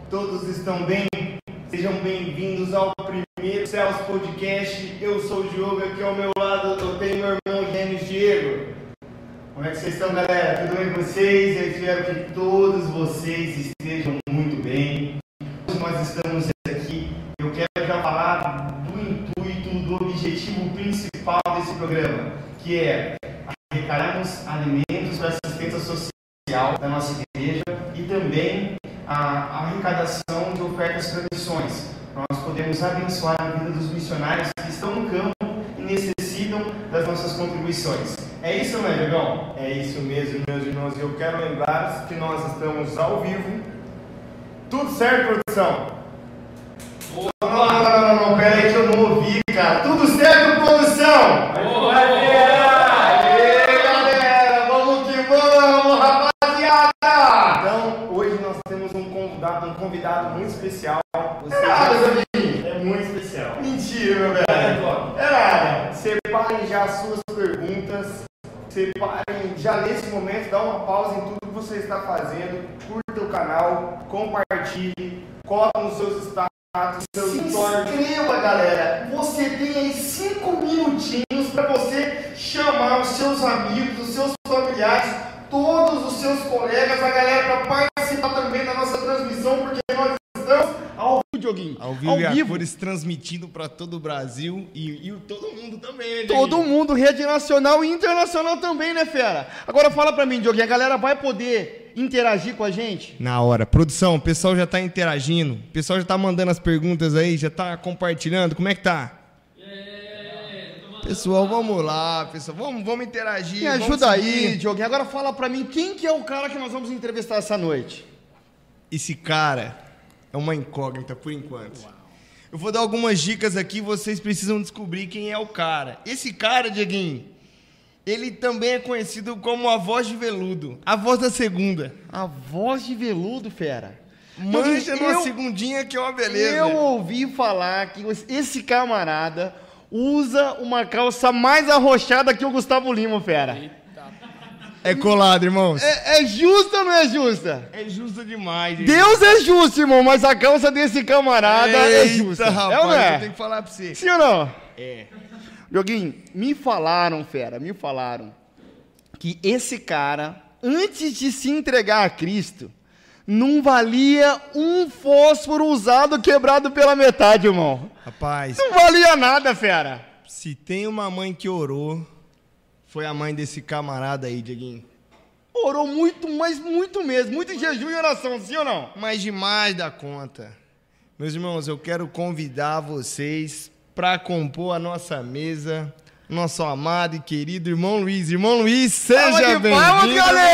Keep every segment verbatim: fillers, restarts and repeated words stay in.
Todos estão bem? Sejam bem-vindos ao primeiro Céus Podcast. Eu sou o Diogo, aqui ao meu lado eu tenho meu irmão Gênesis Diego. Como é que vocês estão, galera? Tudo bem com vocês? Eu espero que todos vocês estejam muito bem. Hoje nós estamos aqui, eu quero já falar do intuito, do objetivo principal desse programa, que é arrecadarmos alimentos para assistência social da nossa igreja e também a arrecadação de ofertas para missões. Nós podemos abençoar a vida dos missionários que estão no campo e necessitam das nossas contribuições. É isso, não é, Diogão? É isso mesmo, meus irmãos. Eu quero lembrar que nós estamos ao vivo. Tudo certo, produção? Não, não, não, não, não, não, pera aí que eu não ouvi, cara. Tudo certo, produção? Boa, galera! Galera, vamos que vamos, rapaziada! Então, hoje nós temos um convidado, um convidado muito especial. Você é nada, Zaninho. É muito especial. Mentira, meu velho. É nada. Separem já as suas perguntas. Separem já nesse momento, dá uma pausa em tudo que você está fazendo. Curta o canal, compartilhe, coloca nos seus status. Se inscreva, galera. Você tem aí cinco minutinhos para você chamar os seus amigos, os seus familiares, todos os seus colegas, a galera para participar também da nossa transmissão, porque nós estamos ao vivo, Dioguinho. Ao vivo, ao e vivo. A cores transmitindo para todo o Brasil e, e todo mundo também, né, Dioguinho? Todo mundo, rede nacional e internacional também, né, fera? Agora fala para mim, Dioguinho, a galera vai poder interagir com a gente? Na hora. Produção, o pessoal já tá interagindo, o pessoal já tá mandando as perguntas aí, já tá compartilhando, como é que tá? Pessoal, vamos lá, pessoal, vamos, vamos interagir. Me ajuda aí, Dioguinho. Agora fala pra mim, quem que é o cara que nós vamos entrevistar essa noite? Esse cara é uma incógnita, por enquanto. Uau. Eu vou dar algumas dicas aqui, vocês precisam descobrir quem é o cara. Esse cara, Dieguinho, ele também é conhecido como a voz de veludo, a voz da segunda. A voz de veludo, fera. Mancha numa eu, segundinha que é uma beleza. Eu ouvi falar que esse camarada usa uma calça mais arrochada que o Gustavo Lima, fera. Eita. É colado, irmãos. É, é justa ou não é justa? É justa demais. Deus irmão. É justo, irmão, mas a calça desse camarada Eita, é justa. Rapaz, é ou não é? Eu tenho que falar pra você. Sim ou não? É. Dioguinho, me falaram, fera, me falaram que esse cara, antes de se entregar a Cristo, não valia um fósforo usado quebrado pela metade, irmão. Rapaz. Não valia nada, fera. Se tem uma mãe que orou, foi a mãe desse camarada aí, Dieguinho. Orou muito, mas muito mesmo. Muito em jejum e oração, sim ou não? Mas demais da conta. Meus irmãos, eu quero convidar vocês para compor a nossa mesa, nosso amado e querido irmão Luiz. Irmão Luiz, seja bem-vindo. Palmas,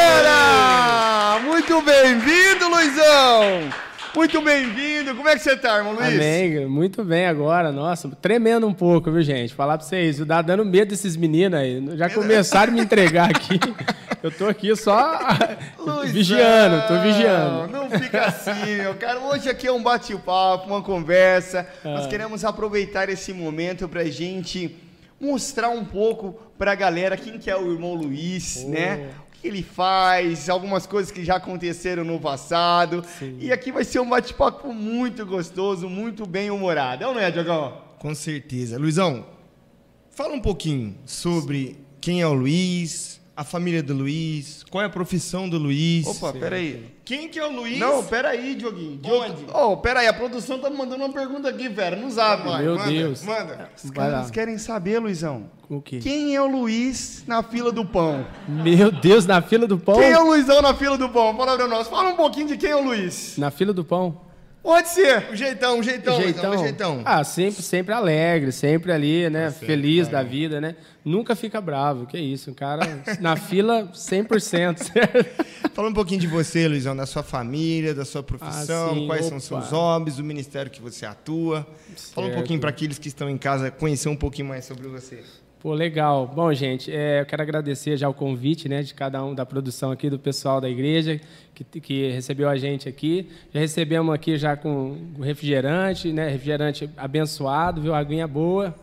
galera! Muito bem-vindo, Luizão! Muito bem-vindo. Como é que você tá, irmão Luiz? Amém. Muito bem agora. Nossa, tremendo um pouco, viu, gente? Falar pra vocês, dá dando medo desses meninos aí. Já começaram a me entregar aqui. Eu tô aqui só Luizão, vigiando, tô vigiando. Não fica assim, meu cara. Hoje aqui é um bate-papo, uma conversa. Ah. Nós queremos aproveitar esse momento pra gente mostrar um pouco pra galera quem que é o irmão Luiz, oh. né? Ele faz, algumas coisas que já aconteceram no passado. Sim. E aqui vai ser um bate-papo muito gostoso, muito bem-humorado. É ou não é, Diogão? Com certeza. Luizão, fala um pouquinho sobre quem é o Luiz, a família do Luiz, qual é a profissão do Luiz. Opa, Sim. peraí. Quem que é o Luiz? Não, peraí, Dioguinho. Onde? Oh, peraí, a produção tá me mandando uma pergunta aqui, velho. Não sabe. Meu manda, Deus. Manda. Os caras querem saber, Luizão. O quê? Quem é o Luiz na fila do pão? Meu Deus, na fila do pão? Quem é o Luizão na fila do pão? Palavra nossa. Fala um pouquinho de quem é o Luiz. Na fila do pão? Pode ser. O jeitão, o jeitão, jeitão. Luizão, o jeitão. Ah, sempre, sempre alegre, sempre ali, né? Tá feliz certo, da vida, né? Nunca fica bravo, que isso. Um cara na fila cem por cento, certo? Fala um pouquinho de você, Luizão, da sua família, da sua profissão, ah, sim, quais opa. são seus hobbies, o ministério que você atua. Certo. Fala um pouquinho para aqueles que estão em casa conhecer um pouquinho mais sobre você. Pô, legal. Bom, gente, é, eu quero agradecer já o convite, né, de cada um da produção aqui, do pessoal da igreja que, que recebeu a gente aqui. Já recebemos aqui já com refrigerante, né, refrigerante abençoado, viu, aguinha boa.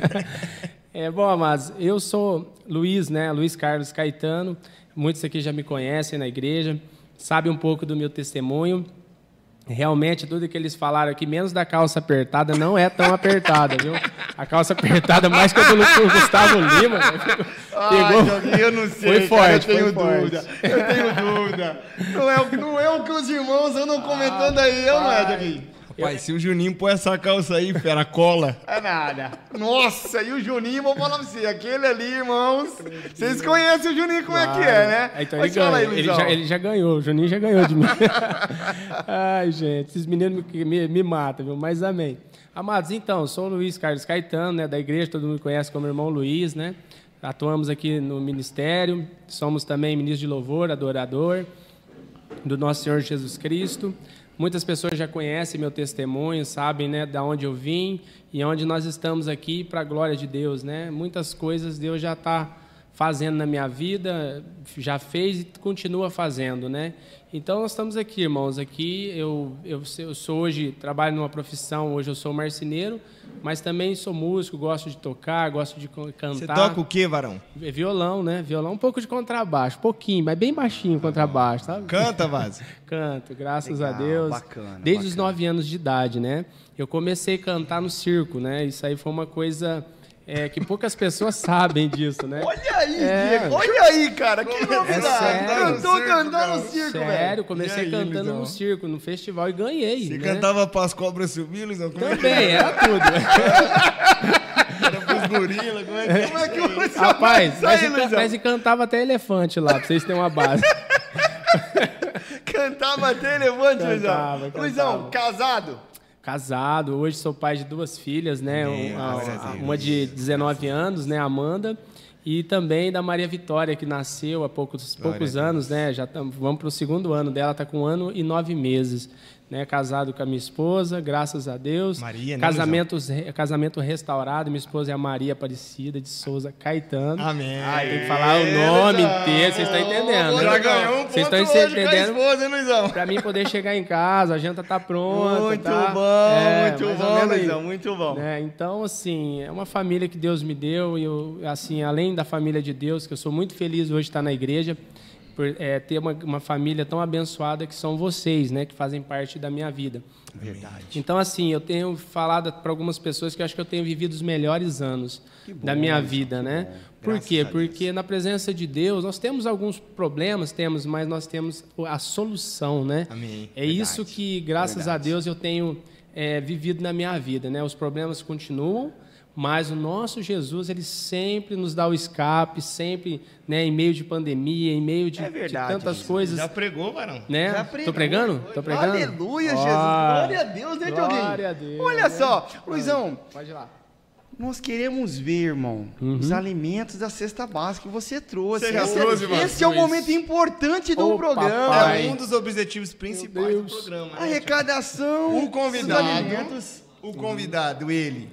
É, bom, amados, eu sou Luiz, né, Luiz Carlos Caetano. Muitos aqui já me conhecem na igreja, sabem um pouco do meu testemunho. Realmente, tudo que eles falaram aqui, menos da calça apertada, não é tão apertada, viu? A calça apertada, mais que a do Gustavo Lima. Né? Pegou. Ah, eu não sei, foi forte, cara, eu tenho foi dúvida. forte. Eu tenho dúvida. Não é, não é o que os irmãos andam comentando aí, eu não é, Dioguinho? Rapaz, se o Juninho pôr essa calça aí, fera, cola. É nada. Nossa, e o Juninho, vou falar pra você, aquele ali, irmãos, vocês conhecem o Juninho como claro. é que é, né? Então ele, ganha, aí, ele, já, ele já ganhou, o Juninho já ganhou de mim. Ai, gente, esses meninos me, me, me matam, viu? Mas amém. Amados, então, sou o Luiz Carlos Caetano, né, da igreja, todo mundo conhece como irmão Luiz, né? Atuamos aqui no ministério, somos também ministro de louvor, adorador do nosso Senhor Jesus Cristo. Muitas pessoas já conhecem meu testemunho, sabem, né, de onde eu vim e onde nós estamos aqui para a glória de Deus, né? Muitas coisas Deus já está fazendo na minha vida, já fez e continua fazendo, né? Então nós estamos aqui, irmãos, aqui eu, eu, eu sou hoje, trabalho numa profissão, hoje eu sou marceneiro, mas também sou músico, gosto de tocar, gosto de cantar. Você toca o quê, varão? Violão, né? Violão, um pouco de contrabaixo, pouquinho, mas bem baixinho contrabaixo, sabe? Canta, Vaz? Canto, graças Legal, a Deus. Bacana, Desde bacana. os nove anos de idade, né? Eu comecei a cantar no circo, né? Isso aí foi uma coisa é, que poucas pessoas sabem disso, né? Olha aí, É. Diego, olha aí, cara, que novidade. sério. Eu tô cantando no circo, velho. Sério, comecei E aí, cantando Luizão? no circo, no festival e ganhei. Você né? cantava pras cobras subir, Luizão? Como é que Também, era tudo. era pros gorilas? Como é que, Como é que você Rapaz, vai nós, sair, enca- Luizão? nós encantava até elefante lá, pra vocês terem uma base. Cantava até elefante, Cantava, Luizão. cantava. Luizão, casado? Casado, hoje sou pai de duas filhas, né? Meu Uma, Deus. uma de dezenove anos, né, Amanda, e também da Maria Vitória, que nasceu há poucos, poucos anos, né? Já tam, vamos para o segundo ano dela, está com um ano e nove meses. Né, casado com a minha esposa, graças a Deus. Maria, né, Casamentos, casamento restaurado, minha esposa é a Maria Aparecida de Souza Caetano. Amém. Tem que falar o nome inteiro, vocês estão entendendo, Já né? ganhou um Vocês ponto estão hoje com a entendendo? esposa, hein, Luizão? Pra mim poder chegar em casa, a janta tá pronta. Muito tá? bom, É, muito mais ou bom, menos Luizão, aí. muito bom. Né? Então, assim, é uma família que Deus me deu e eu, assim, além da família de Deus, que eu sou muito feliz hoje de estar na igreja, por é, ter uma, uma família tão abençoada que são vocês, né, que fazem parte da minha vida. Verdade. Então, assim, eu tenho falado para algumas pessoas que eu acho que eu tenho vivido os melhores anos da minha vida, né? Por quê? Porque na presença de Deus, nós temos alguns problemas, temos, mas nós temos a solução, né? Amém. É isso que, graças a Deus, eu tenho é, vivido na minha vida, né? Os problemas continuam, mas o nosso Jesus, ele sempre nos dá o escape, sempre, né, em meio de pandemia, em meio de, É verdade, de tantas Jesus. coisas. Já pregou, varão? Né? Já Tô pregando? Tô pregando? Aleluia, Ó, Jesus. Glória a Deus, né, Dioguinho? Glória a Deus. Olha só, Luizão, Pode ir lá. nós queremos ver, irmão, Uhum. os alimentos da cesta básica que você trouxe. Você já esse, trouxe, é, mano? esse é o Trouxe. momento importante do Ô, programa. papai. É um dos objetivos principais Meu do Deus. programa. né, Arrecadação. O convidado, dos alimentos. o convidado, ele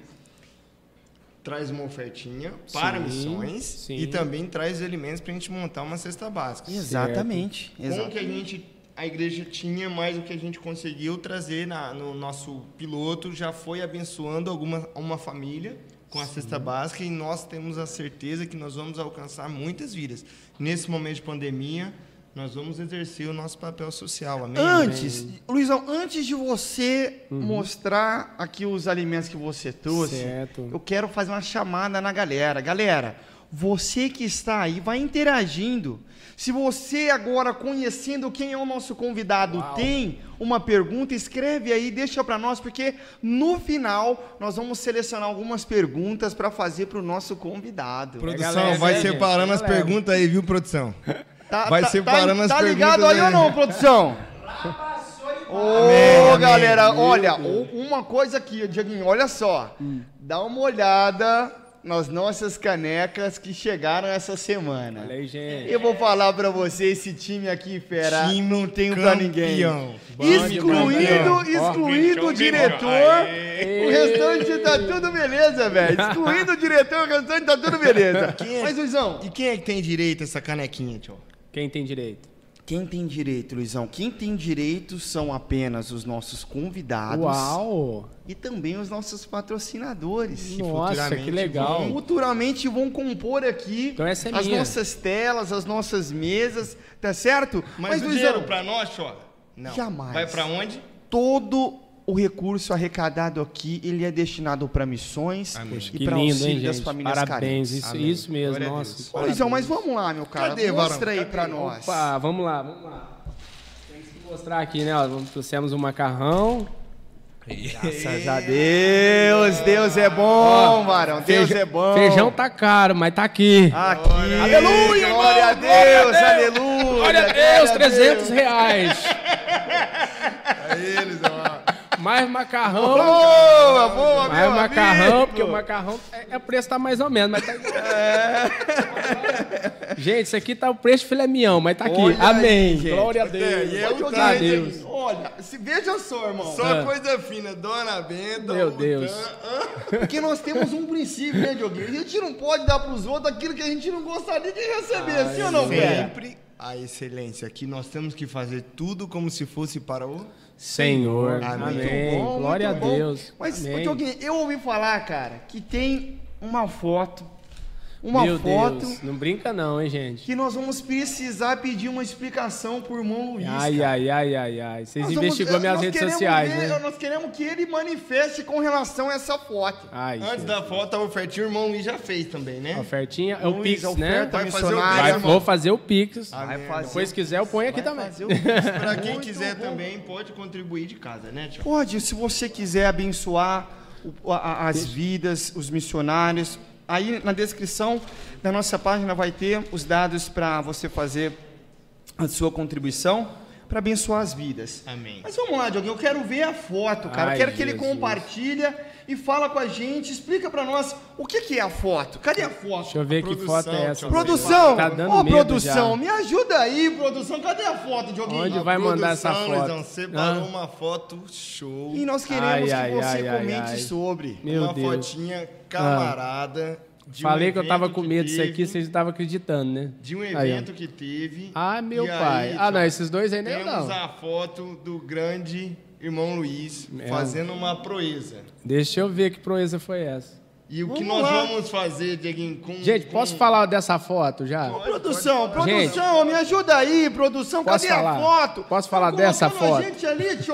traz uma ofertinha para Sim, missões sim. e também traz alimentos para a gente montar uma cesta básica. Exatamente. Com o Exato. que a gente, a igreja tinha, mais o que a gente conseguiu trazer na, no nosso piloto, já foi abençoando alguma uma família com a cesta básica e nós temos a certeza que nós vamos alcançar muitas vidas. Nesse momento de pandemia, nós vamos exercer o nosso papel social. Amém? Antes, Luizão, antes de você mostrar aqui os alimentos que você trouxe, Certo. eu quero fazer uma chamada na galera. Galera, você que está aí, vai interagindo. Se você agora, conhecendo quem é o nosso convidado, Uau. tem uma pergunta, escreve aí, deixa para nós, porque no final nós vamos selecionar algumas perguntas para fazer para o nosso convidado. Produção, Pega leve, vai né, separando gente? as Pega leve. perguntas aí, viu, produção? Tá, Vai tá, separando tá, as tá perguntas ligado aí aí. ou não, produção? Ô, Amém, galera, amém. olha, u- uma coisa aqui, Dieguinho, olha só. Dá uma olhada nas nossas canecas que chegaram essa semana. Olha aí, gente. Eu vou falar pra você, esse time aqui, fera, Time não tenho pra ninguém. campeão. Excluindo, campeão. excluindo o diretor, o restante tá tudo beleza, velho. Excluindo o diretor, o restante tá tudo beleza. Quem é- Mas, Luizão, E quem é que tem direito a essa canequinha, tio? Quem tem direito? quem tem direito, Luizão? Quem tem direito são apenas os nossos convidados Uau! e também os nossos patrocinadores. Nossa, futuramente que legal. vão- Futuramente vão compor aqui Então essa é as minha. nossas telas, as nossas mesas, tá certo? Mas, o Luizão, dinheiro pra nós, tio? Não. Jamais. Vai pra onde? todo o recurso arrecadado aqui, ele é destinado para missões Amém. e para auxílio das famílias Parabéns, carentes. isso, Amém. isso mesmo, Glória a nossa. Deus. Ô, Luizão, mas vamos lá, meu cara. Cadê, Mostra varão? aí Cadê? para nós. Opa, vamos lá, vamos lá. Tem que mostrar aqui, né? Ó, vamos- trouxemos um macarrão. Graças a Deus, Deus é bom, varão, Deus Feijão- é bom. Feijão tá caro, mas tá aqui. Aqui, Aleluia, glória a irmão, glória a Deus, Deus. aleluia. Glória a Deus, trezentos reais. Eles, ó. Mais macarrão. Boa, boa, Mais meu macarrão, amigo. porque o macarrão, é, é, o preço tá mais ou menos, mas tá... Gente, isso aqui tá o preço de filé mignon, mas tá aqui. Olha Amém. aí, gente. Glória a É, Deus. e é o Glória a tanto, Deus. hein? Olha, se, veja só, irmão. Só Ah. coisa fina. Dona Benta. Meu o Deus. Tan- Porque nós temos um princípio, né, Dioguinho? A gente não pode dar pros outros aquilo que a gente não gostaria de receber, assim ou não, velho? Sempre a excelência. Aqui nós temos que fazer tudo como se fosse para o... Senhor. Amém. Amém. Muito bom, Glória muito a bom. Deus. Mas, Amém. ô, Dioguinho, eu ouvi falar, cara, que tem uma foto, uma Meu foto Deus. Não brinca não, hein, gente. que nós vamos precisar pedir uma explicação pro irmão Luiz, Ai, cara. ai, ai, ai, ai. Vocês Nós vamos- investigou minhas nós redes queremos sociais, ver- né? Nós queremos que ele manifeste com relação a essa foto. Ai, Antes gente. da foto, a ofertinha o irmão Luiz já fez também, né? Ofertinha. É o Luiz, Pix, a né? oferta Vai fazer o missionária. Vai, irmão. vou fazer o Pix. Vai fazer. Depois, quiser, eu ponho aqui Vai também. fazer o- Para quem Muito quiser bom. também, pode contribuir de casa, né, tio? Pode, se você quiser abençoar o- a- as vidas, os missionários, aí na descrição da nossa página vai ter os dados para você fazer a sua contribuição para abençoar as vidas. Amém. Mas vamos lá, Dioguinho, eu quero ver a foto, cara. Ai, eu quero que ele Jesus. compartilha e fala com a gente, explica para nós o que, que é a foto. Cadê a foto? Deixa eu ver que Produção, foto é essa. tio. Produção! Tá dando Ô, medo produção, já. me ajuda aí, produção. Cadê a foto, Dioguinho? Onde A vai mandar essa produção, foto? Luizão, separou Hã? uma foto show. E nós queremos Ai, que ai, você ai, ai, comente ai. sobre. Meu uma Deus. fotinha camarada. de um Falei que eu tava evento com medo disso aqui, teve, vocês não estavam acreditando, né? De um Aí, ó. evento que teve. Ah, meu E pai. aí, ah, não, tio, esses dois aí nem eu Temos não. a foto do grande irmão Luiz É. fazendo uma proeza. Deixa eu ver que proeza foi essa. E o que Vamos nós lá. vamos fazer, Dieguinho, com... Gente, com- posso falar dessa foto já? Ô, produção, Gente. produção, me ajuda aí, produção, Posso cadê falar? a foto? Posso falar Tá dessa colocando foto? a gente ali, tio.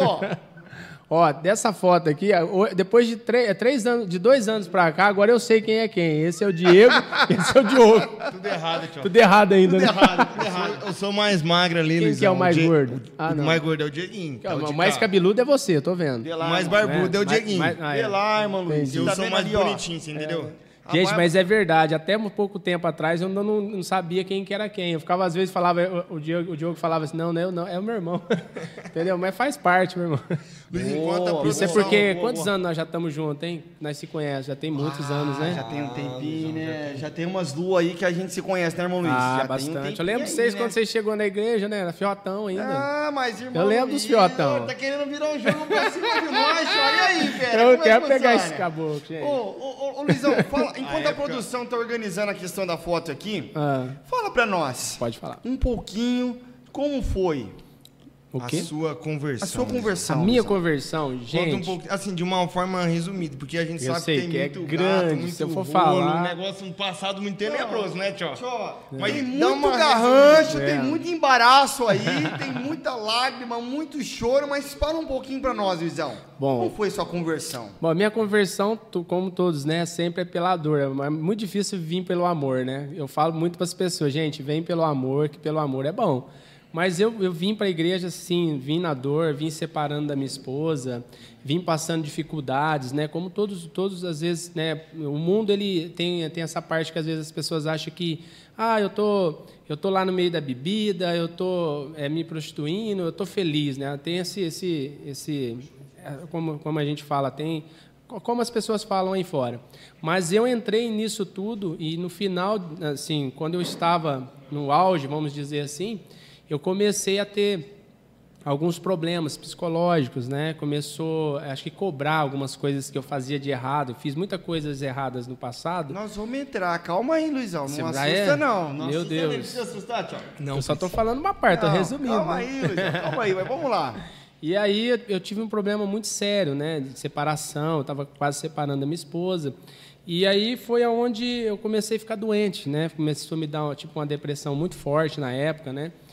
Ó, dessa foto aqui, ó, depois de três, três anos, de dois anos pra cá, agora eu sei quem é quem. Esse é o Diego, esse é o Diogo. Tudo errado, tio. Tudo errado ainda, Tudo né? errado, tudo errado. Eu sou mais magra ali, Quem Luizão. que é o mais Die- gordo? O, Ah, o não. mais gordo é o Dieguinho. é o de O mais cá. cabeludo é você, eu tô vendo. O mais barbudo é, o Mas- Dieguinho. mas- ah, é. Vê lá, irmão Luiz. Eu Tá sou vendo mais ali, ó? bonitinho, você entendeu? Gente, Rapaz, mas é verdade. Até um pouco tempo atrás eu não, não, não sabia quem que era quem. Eu ficava, às vezes, falava, o, o, Diogo, o Diogo falava assim, não, não, é o- não, é o meu irmão. Entendeu? Mas faz parte, meu irmão. Luiz, Boa, enquanto a boa, Isso é produção... porque, boa, quantos boa. anos nós já estamos juntos, hein? Nós se conhecemos, já tem muitos anos, Ah, né? já tem um tempinho, né? Já tem umas duas aí que a gente se conhece, né, irmão Luiz? Ah, já bastante. Tem um eu tempinho lembro de aí, vocês né? quando vocês chegou na igreja, né? Era fiotão ainda. Ah, mas irmão Eu lembro Luiz, dos fiotão. Tá querendo virar um jogo pra cima de nós, tio. Olha aí, velho. eu como é quero que pegar funciona? esse caboclo, gente. Ô, ô, ô, ô, Luizão, fala, enquanto a, época- produção tá organizando a questão da foto aqui, Ah, fala pra nós pode falar. um pouquinho como foi O A quê? sua conversão. a sua A conversão. minha Luizão. conversão, Conta um gente... pouco, assim, de uma forma resumida, porque a gente Eu sabe sei que tem que é muito grande, gato, muito se eu for rolo, falar- um negócio, um passado muito tenebroso, né, tio? Tio, Mas tem dá muito uma garrancho, resumida. tem É. muito embaraço aí, tem muita lágrima, muito choro, mas fala um pouquinho pra nós, Luizão. Bom. Como foi sua conversão? Bom, a minha conversão, tu- como todos, né, sempre é pela dor. É muito difícil vir pelo amor, né? Eu falo muito para as pessoas, gente, vem pelo amor, que pelo amor é bom. Mas eu, eu vim para a igreja, assim, vim na dor, vim separando da minha esposa, vim passando dificuldades, né? Como todos, todos às vezes, né? O mundo ele tem, tem essa parte que às vezes as pessoas acham que, ah, eu tô, eu tô lá no meio da bebida, eu tô é, me prostituindo, eu tô feliz, né? Tem esse, esse, esse, é, como, como a gente fala, tem como as pessoas falam aí fora. Mas eu entrei nisso tudo e no final, assim, quando eu estava no auge, vamos dizer assim, eu comecei a ter alguns problemas psicológicos, né? Começou, acho que cobrar algumas coisas que eu fazia de errado. Fiz muitas coisas erradas no passado. Nós vamos entrar, calma aí, Luizão, Você não já assusta é? não. não Meu assusta, Deus. Nem precisa assustar, tio. Não, eu só estou falando uma parte, estou Não, resumindo. Calma né? aí, Luizão, calma aí, mas vamos lá. E aí eu- eu tive um problema muito sério, né, de separação, eu estava quase separando da minha esposa. E aí foi aonde eu comecei a ficar doente, né? Começou a me dar tipo uma depressão muito forte na época, né?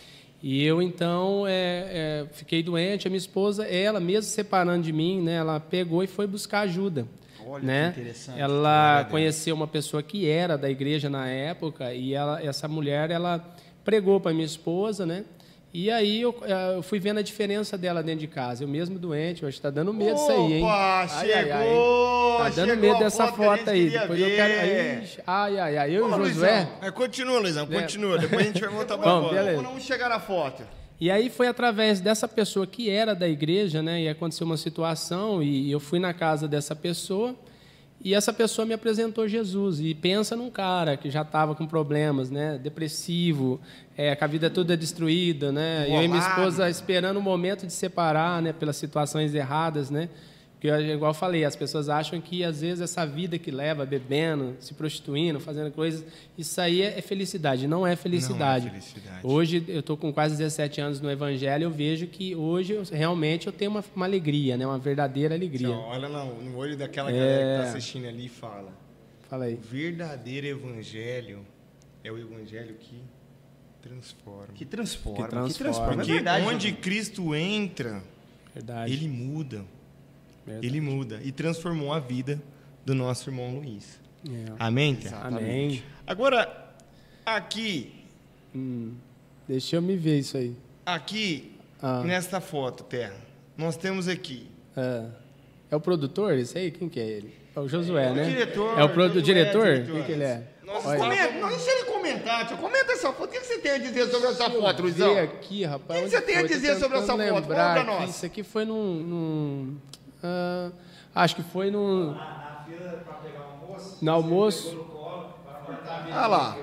E eu, então, é, é, fiquei doente. A minha esposa, ela, mesmo separando de mim, né, ela pegou e foi buscar ajuda. Olha, né? que interessante. Ela conheceu uma pessoa que era da igreja na época e ela, essa mulher, ela pregou para minha esposa, né? E aí eu, eu fui vendo a diferença dela dentro de casa. Eu mesmo doente, hoje está dando medo disso aí, hein? Opa, Ai, chegou! ai, ai. Tá dando chegou medo a dessa foto que a foto gente aí. queria Depois eu quero. ver. Ixi, ai, ai, ai. Eu Ô, e o Josué. Luizão. Mas continua, Luizão, É. continua. Depois a gente vai voltar pra Bom, fora. beleza. Vamos chegar na foto. E aí foi através dessa pessoa que era da igreja, né? E aconteceu uma situação e eu fui na casa dessa pessoa e essa pessoa me apresentou Jesus. E pensa num cara que já estava com problemas, né? Depressivo, é, com a vida toda destruída, né? E eu e minha esposa esperando o momento de separar, né? Pelas situações erradas, né? Porque, igual eu falei, as pessoas acham que, às vezes, essa vida que leva, bebendo, se prostituindo, fazendo coisas, isso aí é felicidade. Não é felicidade. Não é felicidade. Hoje, eu estou com quase dezessete anos no Evangelho, eu vejo que hoje, eu, realmente, eu tenho uma, uma alegria, né? Uma verdadeira alegria. Então, olha no, no olho daquela É. galera que está assistindo ali e fala. Fala aí. O verdadeiro evangelho é o evangelho que transforma. Que transforma. Que transforma. É Porque verdade, onde João. Cristo entra, Verdade. ele muda. Verdade. Ele muda. E transformou a vida do nosso irmão Luiz. É. Amém? Té? Amém. Agora, aqui, Hum, deixa eu me ver isso aí. aqui, Ah. nesta foto, Terra, nós temos aqui. É, é o produtor? Esse aí? Quem que é ele? É o Josué, né? diretor, É o pro... Josué, diretor? diretor. Quem que ele é? Nós Olha. estamos- Comenta, não, deixa ele comentar, tio. Comenta essa foto. O que você tem a dizer sobre essa foto, Vê Luizão? aqui, rapaz. O que onde você tem a foi? Tô dizer sobre essa tentando foto? lembrar Fala pra aqui. nós. Isso aqui foi num... num ah, acho que foi num... No almoço. Olha lá.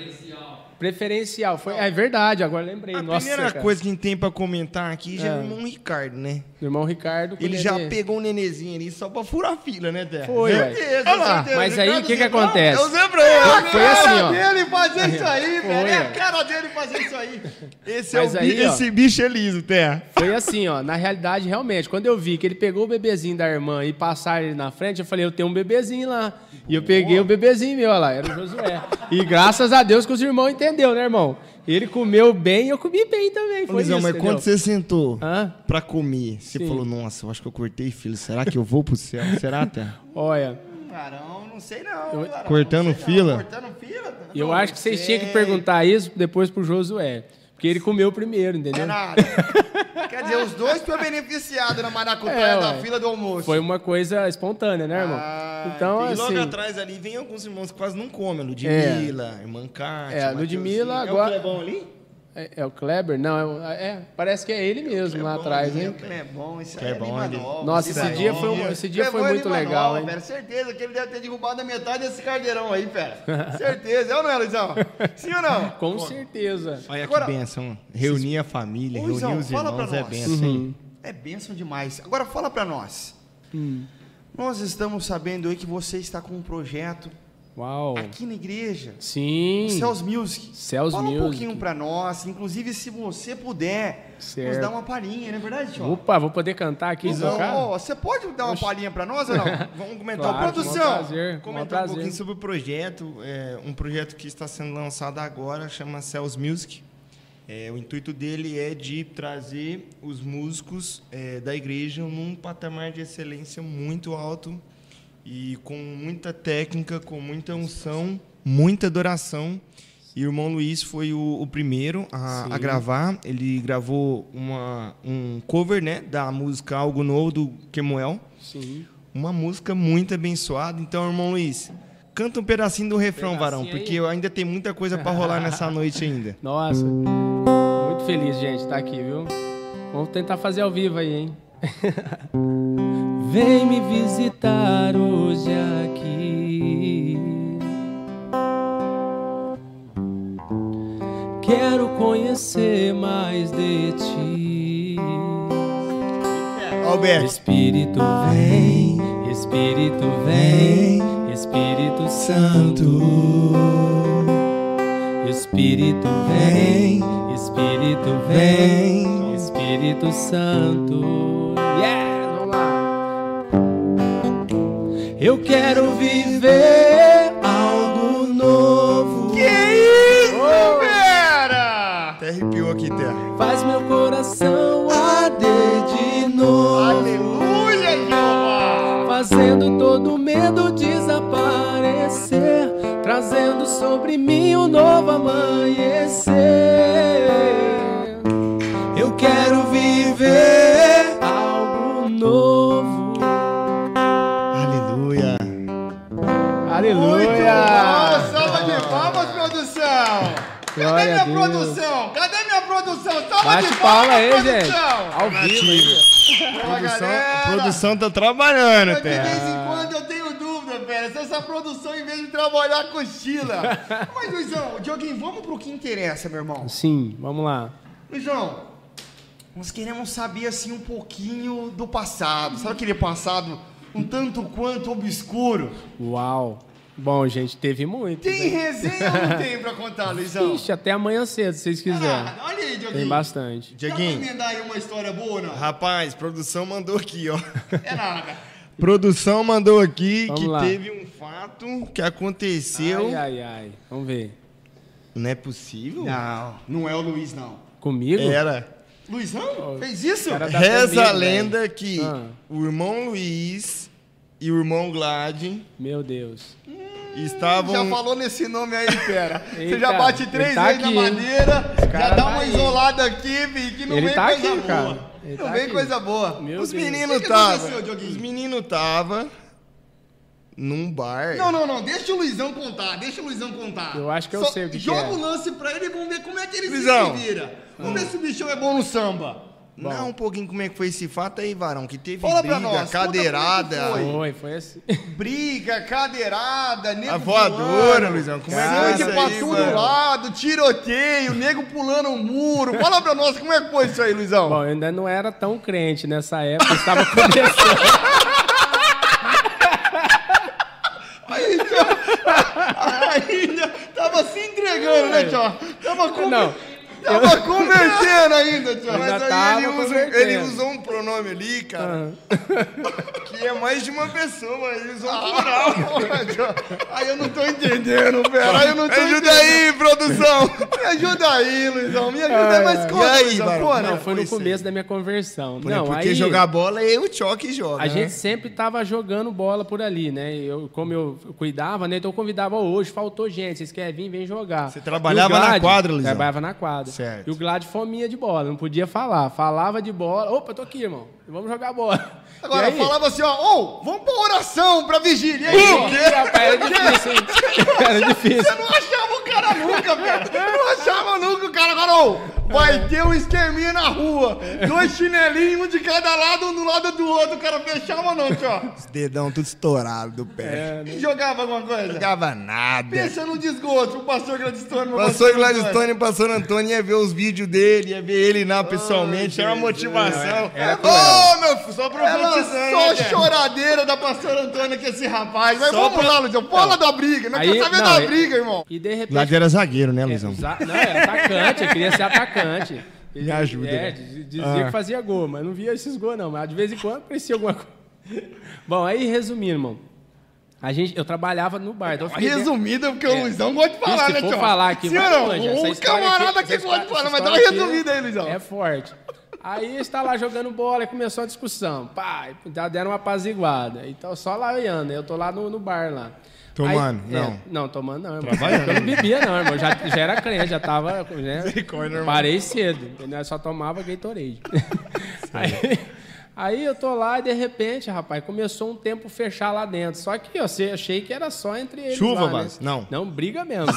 Preferencial. Foi, é verdade, agora lembrei. A Nossa, primeira cara. coisa que a gente tem pra comentar aqui já é, É. o irmão Ricardo, né? Do irmão Ricardo. com Ele o já nenê. pegou um nenezinho ali só pra furar a fila, né, Terra? Foi, ué. Certeza, Olha lá. certeza. Mas aí, o Ricardo que que Zebrão. acontece? É o Zebrão. é É a o Foi assim, cara ó. dele fazer isso aí, Foi, velho. É a ué. cara dele fazer isso aí. Esse, Mas é o aí, bi- ó. esse bicho é liso, Terra. Foi assim, ó. Na realidade, realmente, quando eu vi que ele pegou o bebezinho da irmã e passaram ele na frente, eu falei, eu tenho um bebezinho lá. E eu peguei o bebezinho meu, olha lá, era o Josué. E graças a Deus que os irmãos entenderam, né, irmão? Ele comeu bem e eu comi bem também. Foi Luizão, isso, mas entendeu? quando você sentou Hã? pra comer, você Sim. falou, nossa, eu acho que eu cortei fila. Será que eu vou pro céu? Será, Terra? Olha, Carão, não sei não. Eu- Carão, Cortando não sei fila? Não. Cortando fila? eu Não, acho que não vocês sei. tinham que perguntar isso depois pro Josué. Porque ele comeu primeiro, entendeu? É nada. Quer dizer, os dois foram beneficiados na maracutaia É, da ué. fila do almoço. Foi uma coisa espontânea, né, irmão? Ah, então, E assim... logo atrás ali vem alguns irmãos que quase não comem. Ludmilla, irmã Cátia, É, Ludmilla Mateuzinho. agora- É o Clebão ali? É, é o Kleber? Não, é, o- é, parece que é ele mesmo lá atrás, hein? É bom, isso Que aí é é bom, Lima ele- Nova, Nossa, isso esse aí. dia foi, um- esse dia foi Levou muito Lima legal, Nova, hein? Velho. Certeza que ele deve ter derrubado a metade desse cardeirão aí, pera. Certeza. É ou não é, Luizão? Sim ou não? Com certeza. Olha Agora- que bênção. Reunir a família, Ô, Luizão, reunir os fala pra irmãos é nós. bênção. Uhum. É bênção demais. Agora fala pra nós. Hum. Nós estamos sabendo aí que você está com um projeto Uau. aqui na igreja. Sim. Cells Music. Cells Fala um Music. pouquinho pra nós, inclusive se você puder nos Certo. dar uma palhinha, não é verdade, tio? Opa, vou poder cantar aqui, Então, tocar? ó, você pode dar uma palhinha pra nós ou não? Vamos comentar Claro, um pouquinho. produção, com prazer, com Comentar um prazer. pouquinho sobre o projeto. É um projeto que está sendo lançado agora, chama Cells Music. É, o intuito dele é de trazer os músicos é, da igreja num patamar de excelência muito alto e com muita técnica, com muita unção, muita adoração. E o irmão Luiz foi o, o primeiro a, Sim. a gravar. Ele gravou uma, um cover, né, da música Algo Novo do Kemuel. Sim. Uma música muito abençoada. Então, irmão Luiz, canta um pedacinho do refrão, Pedacinho varão, aí. porque eu ainda tem muita coisa para rolar nessa noite ainda. Nossa, muito feliz, gente, estar aqui, viu? Vamos tentar fazer ao vivo aí, hein? Vem me visitar hoje aqui. Quero conhecer mais de ti. Alberto. Espírito vem, Espírito vem, Espírito Santo. Espírito vem, Espírito vem, Espírito Santo. Yeah, vamos lá. Eu quero viver algo novo. Que isso, pera! Até arrepiou aqui, Terra. Faz meu coração arder de novo. Aleluia, Jeová! Fazendo todo medo desaparecer, trazendo sobre mim um novo amanhecer. Eu quero viver algo novo. Aleluia. Aleluia! Muito bom! Salva de palmas, produção! Cadê Glória minha a Deus. produção? Cadê minha produção? Salva Bate de palma palmas, aí, produção! gente. Ao vivo aí. Boa, Produção, galera. a produção tá trabalhando, Mas de Terra. vez em quando eu tenho dúvida, velho. Se essa produção, em vez de trabalhar, cochila. Mas, Luizão, Dioguinho, vamos pro que interessa, meu irmão. Sim, vamos lá. Luizão, nós queremos saber, assim, um pouquinho do passado. Sabe aquele passado um tanto quanto obscuro? Uau. Bom, gente, teve muito. Tem né? resenha ou não tem pra contar, Luizão? Ixi, até amanhã cedo, se vocês quiserem. Ah, olha aí, Dioguinho. Tem bastante. Dá pra Dioguinho. emendar aí uma história boa ou não? Rapaz, produção mandou aqui, ó. É nada. Produção mandou aqui Vamos que lá. teve um fato que aconteceu. Ai, ai, ai. Vamos ver. Não é possível? Não, não é o Luiz, não. Comigo? Era. Luizão? Fez isso? Cara, dá Reza até a medo, lenda velho. que Ah. o irmão Luiz e o irmão Glad Meu Deus. estavam. Já falou nesse nome aí, pera. Você Eita, já bate ele três tá vezes aqui, na hein? madeira, já cara dá tá uma aí. isolada aqui, vi, que não Ele vem tá coisa aqui, boa. cara. Ele Não tá vem aqui. coisa boa. Meu Os Deus. meninos O que que estavam. aconteceu, Dioguinho? Os meninos estavam num bar. Não, não, não, deixa o Luizão contar, deixa o Luizão contar. Eu acho que eu Só sei o que que Joga é. o lance pra ele e vamos ver como é que ele Luizão. se vira. Vamos ver se o bichão é bom no samba. Não, um pouquinho como é que foi esse fato aí, Varão, que teve Fala pra briga, nós, conta cadeirada, como é que Foi, foi assim. Briga, cadeirada, nego a voadora, pulando, Luizão, como é que foi sangue isso pra aí, todo mano? lado, tiroteio, nego pulando um muro. Fala pra nós como é que foi isso aí, Luizão. Bom, eu ainda não era tão crente nessa época, eu estava começando. Aí, tio, ainda tava se entregando, né, tio? Tava, com... Não, tava convertendo ainda, tio. Eu Mas ainda aí tava ele, usa, convertendo. ele usou um pronome ali, cara, que é mais de uma pessoa, ele usou um plural. Aí eu não tô entendendo, velho. Aí eu não tô Ajuda entendendo. aí, produção! Me ajuda aí, Luizão. Me ajuda aí, mas E conta, aí, Luizão, Varão? conta. não, foi no foi isso começo da minha conversão. Por- Não, Porque aí, jogar bola é o choque joga, a né? gente sempre tava jogando bola por ali, né? Eu, como eu cuidava, né? Então eu convidava, "Ó, hoje faltou gente, vocês querem vir, vem jogar. Você trabalhava E o na quadra, Luizão? Trabalhava na quadra. Certo. E o Glad fominha de bola, não podia falar. Falava de bola, opa, eu tô aqui, irmão, vamos jogar bola. Agora, E aí, falava assim, ó, ô, vamos pra oração, pra vigília. E aí, Ih, rapaz, era difícil, hein? Era difícil. Você não achava o cara nunca, velho. Não achava nunca o cara. Agora, ô, vai ter um esqueminha na rua. Dois chinelinhos, um de cada lado, um do lado do outro. O cara fechava não, tio. Os dedão tudo estourado do pé. E jogava alguma coisa? Não jogava nada. Pensa no desgosto, o pastor Gladstone. meu Pastor pastor Gladstone e pastor Antônio ia ver os vídeos dele, ia ver ele lá pessoalmente, era uma motivação. Ô, meu filho, só Ela profetizando. só né, cara? choradeira da pastora Antônia que esse rapaz. Mas Só vamos pra- lá, Luizão. Fala da briga. Não Aí- quer saber não, da é- briga, irmão. E de repente. Glad era zagueiro, né, É, Luizão? usa- Não, é atacante, eu queria ser atacante. Me ajuda, É, né? diz- dizia Ah. que fazia gol, mas não via esses gols, não. Mas de vez em quando parecia alguma coisa. Bom, aí resumindo, irmão. A gente, eu trabalhava no bar. Então eu fiquei dentro- Resumida, porque É. o Luizão gosta de falar, se né, for tio? falar aqui, Sim vai ou não? longe. Essa Um história camarada aqui- que essa gosta de história- falar, mas dá essa uma história aqui resumida aí, Luizão. É forte. Aí está lá jogando bola e começou a discussão. Pá, já deram uma apaziguada. Então só lá olhando. Eu tô lá no, no bar lá. Tomando? Aí- é, Não. não, tomando não, irmão. Eu não bebia não, irmão. Já, já era crente, já tava... Né, Misericórdia, irmão. parei cedo, entendeu? Eu só tomava Gatorade. Aí, aí eu tô lá e de repente, rapaz, começou um tempo fechar lá dentro. Só que eu sei- achei que era só entre eles Chuva, lá, né? Vaz? Não. Não, briga mesmo.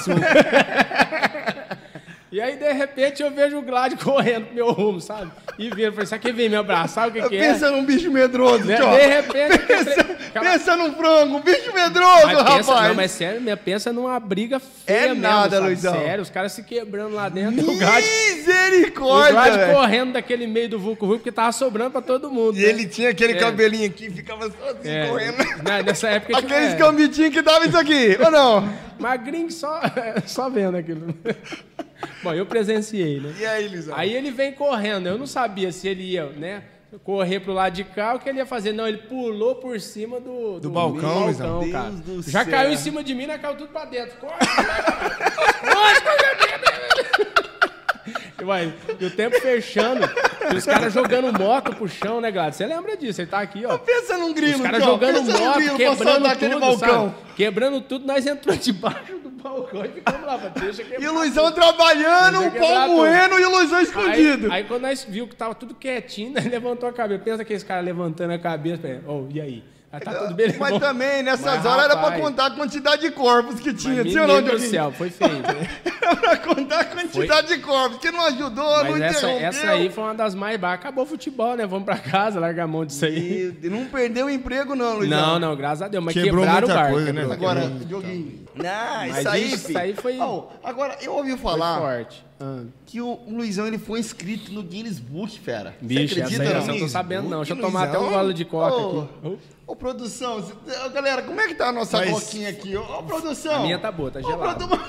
E aí, de repente, eu vejo o Glad correndo pro meu rumo, sabe? E vindo, falei, sabe quem vem me abraçar? O que que é? Pensa num bicho medroso, De, tio. de repente, eu Pensa, aquela- pensa num frango, um bicho medroso, mas pensa, rapaz. não, mas sério, minha pensa numa briga feia É mesmo, nada, sabe? Luizão. Sério, os caras se quebrando lá dentro, o Glad, o Misericórdia, Glad velho. correndo daquele meio do vulco vulco, porque tava sobrando pra todo mundo. E né? ele tinha aquele É. cabelinho aqui, ficava sozinho É, correndo. né, nessa época... tinha- Aqueles é, cambitinhos que dava isso aqui, ou não? magrinho só, só vendo aquilo. Bom, eu presenciei, né? E aí, Luizão? Aí ele vem correndo, eu não sabia se ele ia, né, correr pro lado de cá, o que ele ia fazer. Não, ele pulou por cima do, Do balcão, Luizão? balcão, cara. Deus do Já céu. caiu em cima de mim, né, caiu tudo pra dentro. Corre! Corre, corre, corre. Ué, e o tempo fechando, e os caras jogando moto pro chão, né, Gladys? Você lembra disso? Ele tá aqui, ó. Pensa num grilo, Os caras John, jogando pensa num moto, grilo pra quebrando soltar aquele tudo, balcão. sabe? Quebrando tudo, nós entramos debaixo do balcão e ficamos lá, pra deixa quebrar. E o Luizão trabalhando, Deixa o quebrar pau tudo. moendo e o Luizão escondido. Aí, aí quando nós viu que tava tudo quietinho, nós levantou a cabeça. Pensa que esse cara levantando a cabeça, oh, e aí? Aí tá tudo beleza. Mas também, nessas Mas, horas era pra rapaz, contar a quantidade de corpos que tinha. Mas, Tinha ou não, menino do Dioguinho? céu, foi feio. Né? Era pra contar a quantidade de corpos, que não ajudou, não Mas essa, interrompeu. essa aí foi uma das mais baixas. Acabou o futebol, né? Vamos pra casa, largar a mão disso aí. Meu Deus, não perdeu o emprego não, Luizão. Não, não, graças a Deus. Mas Quebrou quebraram o muita barco. coisa, né? quebrou. Agora, Quebrou. Dioguinho. Não, Mas isso aí, isso filho. aí foi- Oh, agora, eu ouvi Foi falar forte. Ah. que o Luizão ele foi inscrito no Guinness Book, fera. Bicho, Você essa acredita aí ou eu não? não tô sabendo, não. Deixa eu Luizão? tomar até um gole de coca Ô, aqui. ô, produção, cê- ô, galera, como é que tá a nossa Mas- coquinha aqui? Ô, ô, produção. A minha tá boa, tá Ô, gelada. produ-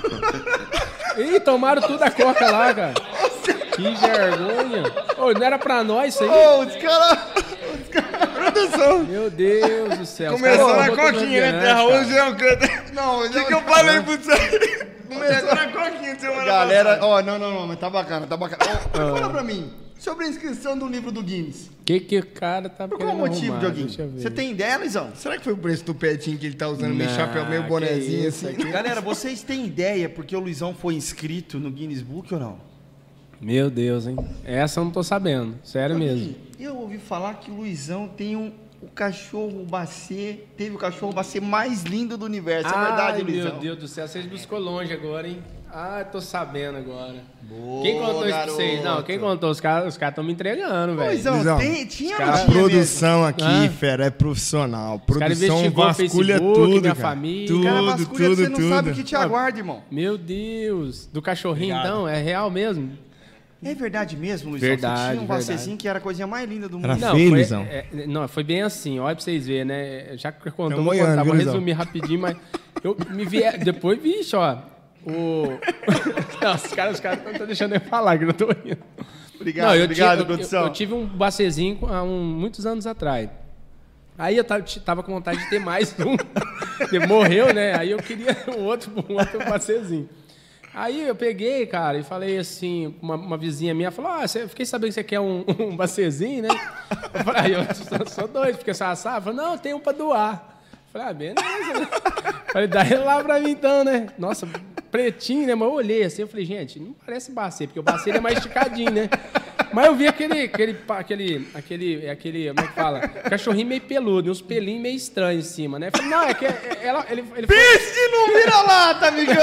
Ih, tomaram tudo a coca lá, cara. Que vergonha. Ô, não era pra nós isso aí? Ô, os caras... Os caras... Produção. Meu Deus do céu. os Começou caras na botou coquinha, né? refrigerante, Terra, cara. hoje é o que... Não, O que, que eu falei pra você? Começou na coquinha semana Galera, passada. ó, não, não, não, mas tá bacana, tá bacana. Ó, Ah. fala pra mim, sobre a inscrição do livro do Guinness. O que que o cara tá Por qual querendo motivo, arrumar? Dioguinho? Deixa eu ver. Você tem ideia, Luizão? Será que foi o preço do petinho que ele tá usando, meio Não, chapéu, meio que bonezinho isso, assim? aqui. Galera, vocês têm ideia porque o Luizão foi inscrito no Guinness Book ou não? Meu Deus, hein? Essa eu não tô sabendo. Sério mesmo. Eu ouvi falar que o Luizão tem um, o cachorro bacê, teve o cachorro bacê mais lindo do universo. É verdade, Ai, Luizão? meu Deus do céu. Vocês buscou longe agora, hein? Ah, tô sabendo agora. Boa, Quem contou isso pra vocês? Não, garoto. quem contou? Os caras os caras estão me entregando, velho. Luizão, Luizão, tem, tinha ou cara- não A tinha produção aqui, Hã? fera, é profissional. caras Produção investigou o vasculha Facebook, tudo, minha cara. família. Tudo, mesmo? Cara, vasculha, tudo, você não tudo. sabe o que te aguarda, irmão. Meu Deus. Do cachorrinho, Obrigado. então? É real mesmo? É verdade mesmo, Luizão? Verdade, Você tinha um verdade. bacezinho que era a coisinha mais linda do mundo. Era Não, feio, foi, Luizão? é, não, foi bem assim. Olha pra vocês verem, né? Já que contou, Tamo vou olhando, contar. viu, Vou Luizão? resumir rapidinho, mas eu me vi... Depois, bicho, ó. O... Não, os caras os caras não estão deixando eu falar, que eu não tô rindo. Obrigado, Não, eu obrigado, tive, eu- produção. Eu, eu tive um bacezinho há um, muitos anos atrás. Aí eu tava, tava com vontade de ter mais um. Ele morreu, né? Aí eu queria um outro, um outro bacezinho. Aí eu peguei, cara, e falei assim, uma, uma vizinha minha falou, ah, você, fiquei sabendo que você quer um, um bacezinho, né? Eu falei, ah, eu sou, sou doido, porque você assar. Falei, não, tem um pra doar. Eu falei, ah, beleza, né? Falei, dá ele lá pra mim então, né? Nossa, pretinho, né? Mas eu olhei assim, eu falei, gente, não parece bacê, porque o bacê ele é mais esticadinho, né? Mas eu vi aquele, aquele, aquele, aquele, aquele, como é que fala? Cachorrinho meio peludo, e uns pelinhos meio estranhos em cima, né? Eu falei, não, é que ela, ele, ele foi... Peixe não vira lata, amigão!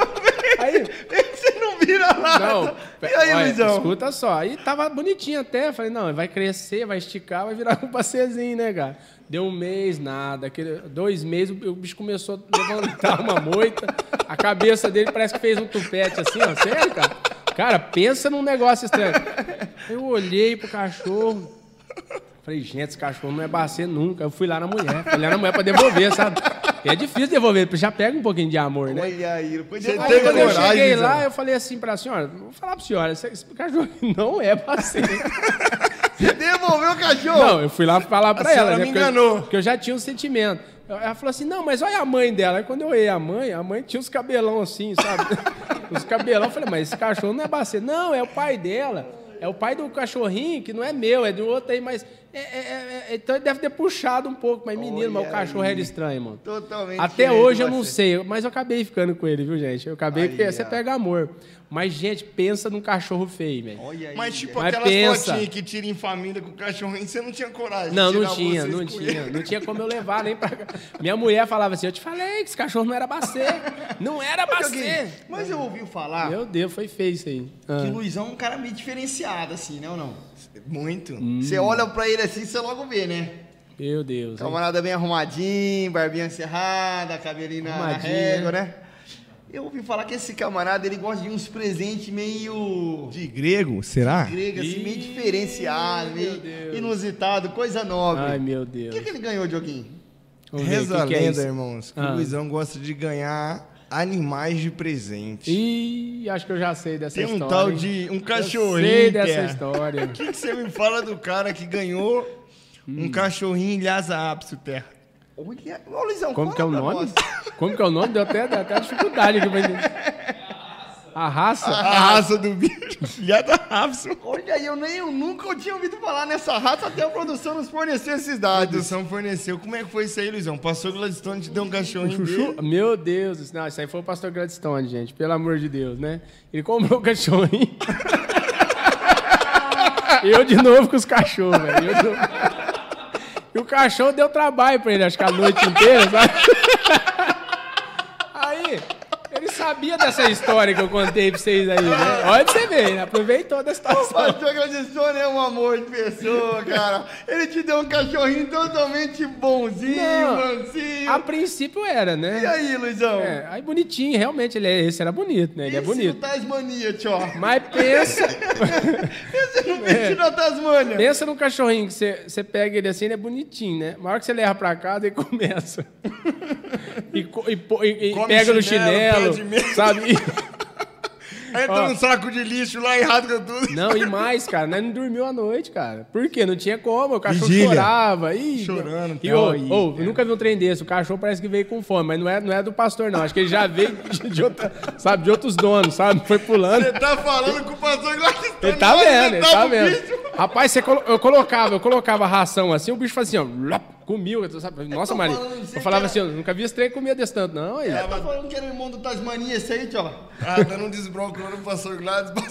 Aí, Peixe não vira lata! não, E aí, olha, Luizão? escuta só. Aí tava bonitinho até. Eu falei, não, vai crescer, vai esticar, vai virar um passezinho, né, cara? Deu um mês, nada. Aquele, dois meses, o bicho começou a levantar uma moita. A cabeça dele parece que fez um tupete assim, ó. Sério, cara? Cara, pensa num negócio estranho. Eu olhei pro cachorro. Falei, gente, esse cachorro não é bacê nunca. Eu fui lá na mulher. Fui lá na mulher pra devolver, sabe? E é difícil devolver, porque já pega um pouquinho de amor, né? Olha aí, depois Você de- Aí teve quando eu coragem, cheguei Zé? lá, eu falei assim pra senhora, vou falar pra senhora, esse, esse cachorro não é passeio. Você devolveu o cachorro! Não, eu fui lá falar pra A ela, senhora né? me Porque eu- enganou. Porque eu já tinha um sentimento. Ela falou assim, não, mas olha a mãe dela. Aí quando eu olhei a mãe, a mãe tinha uns cabelão assim, sabe? Os cabelão. Eu falei, mas esse cachorro não é bacia. Não, é o pai dela. É o pai do cachorrinho, que não é meu, é do outro aí, mas... é- é- é- então ele deve ter puxado um pouco, mas menino, mas o Olha cachorro aí. era estranho, mano. Totalmente Até diferente hoje eu de não você. sei, mas eu acabei ficando com ele, viu, gente? Eu acabei Aí, porque você ó. pega amor. Mas, gente, pensa num cachorro feio, velho. Olha aí. Mas tipo Mas aquelas pensa. fotinhas que tira em família com o cachorrinho, você não tinha coragem de Não, não tirar tinha, vocês não com tinha. ele. Não tinha como eu levar nem pra cá. Minha mulher falava assim, eu te falei que esse cachorro não era bacê. Não era bacê. Mas eu ouvi falar Meu Deus, foi feio isso aí. Ah. que o Luizão é um cara meio diferenciado, assim, né ou não? Muito. Hum. Você olha pra ele assim, você logo vê, né? Meu Deus. hein? Camarada bem arrumadinho, barbinha cerrada, cabelinho na, na Arrumadinho, régua, né? né? Eu ouvi falar que esse camarada, ele gosta de uns presentes meio... De grego, será? grego, assim, meio Ih, diferenciado, meu meio Deus. inusitado, coisa nobre. Ai, meu O Deus. que, que ele ganhou, Dioguinho? Vamos ver, Reza o a que que é lenda, isso? irmãos, que Ah. o Luizão gosta de ganhar animais de presente. Ih, acho que eu já sei dessa Tem um história. tal hein? de um Eu cachorrinho. sei dessa que é- história. O que, que você me fala do cara que ganhou Hum. um cachorrinho em Lhasa Apso, terra? Olha, ô Luizão, Como fala que é o pra nome? nós. Como que é o nome? Deu até, deu até dificuldade aqui pra entender. A raça? A raça do bicho. Filha da raça. Olha aí, eu, nem, eu nunca tinha ouvido falar nessa raça até a produção nos fornecer esses A dados. produção forneceu. Como é que foi isso aí, Luizão? Passou Gladstone te deu um cachorrinho Chuchu? dele. Meu Deus. Não, isso aí foi o pastor Gladstone, gente. Pelo amor de Deus, né? Ele comprou o cachorrinho. Eu de novo com os cachorros, velho. Eu de novo. E o cachorro deu trabalho pra ele, acho que a noite inteira, sabe? Aí, ele sabia dessa história que eu contei pra vocês aí, né? Olha pra você ver, ele aproveitou da O situação. pastor Gladstone é um amor de pessoa, cara. Ele te deu um cachorrinho totalmente bonzinho, Não, mansinho. A princípio era, né? E aí, Luizão? É, aí bonitinho, realmente, ele é, esse era bonito, né? Ele é Esse bonito. no Tasmania, tio. Mas pensa, Esse no bicho da Tasmânia. pensa num cachorrinho que você, você pega ele assim, ele é bonitinho, né? Na hora que você leva pra casa, ele começa. E, co- e, po- e- e Come pega no chinelo, chinelo, pede mesmo. sabe? Aí entra Ó. num saco de lixo lá e rasga tudo. Não, e mais, cara, nós não dormiu à noite, cara. Por quê? Não tinha como, o cachorro Vigília. chorava. Ih, Chorando, E, tal, ô, e- ô, eu nunca vi um trem desse. O cachorro parece que veio com fome, mas não é, não é do pastor, não. Acho que ele já veio de, de outra, sabe, de outros donos, sabe? Foi pulando. Você tá falando com o pastor Gladstone. Ele tá vai vendo, ele inventar tá pro vendo. bicho. Rapaz, você colo- eu colocava, eu colocava a ração assim, o bicho fazia assim, ó, lop, comia, sabe? Nossa, tô Maria. falando, você Eu falava quer- assim, eu nunca vi esse trem comia desse tanto, não. Aí. Tá falando que era o irmão do Tasmania esse aí, tio? Ah, dando um desbronco lá no pastor Gladstone.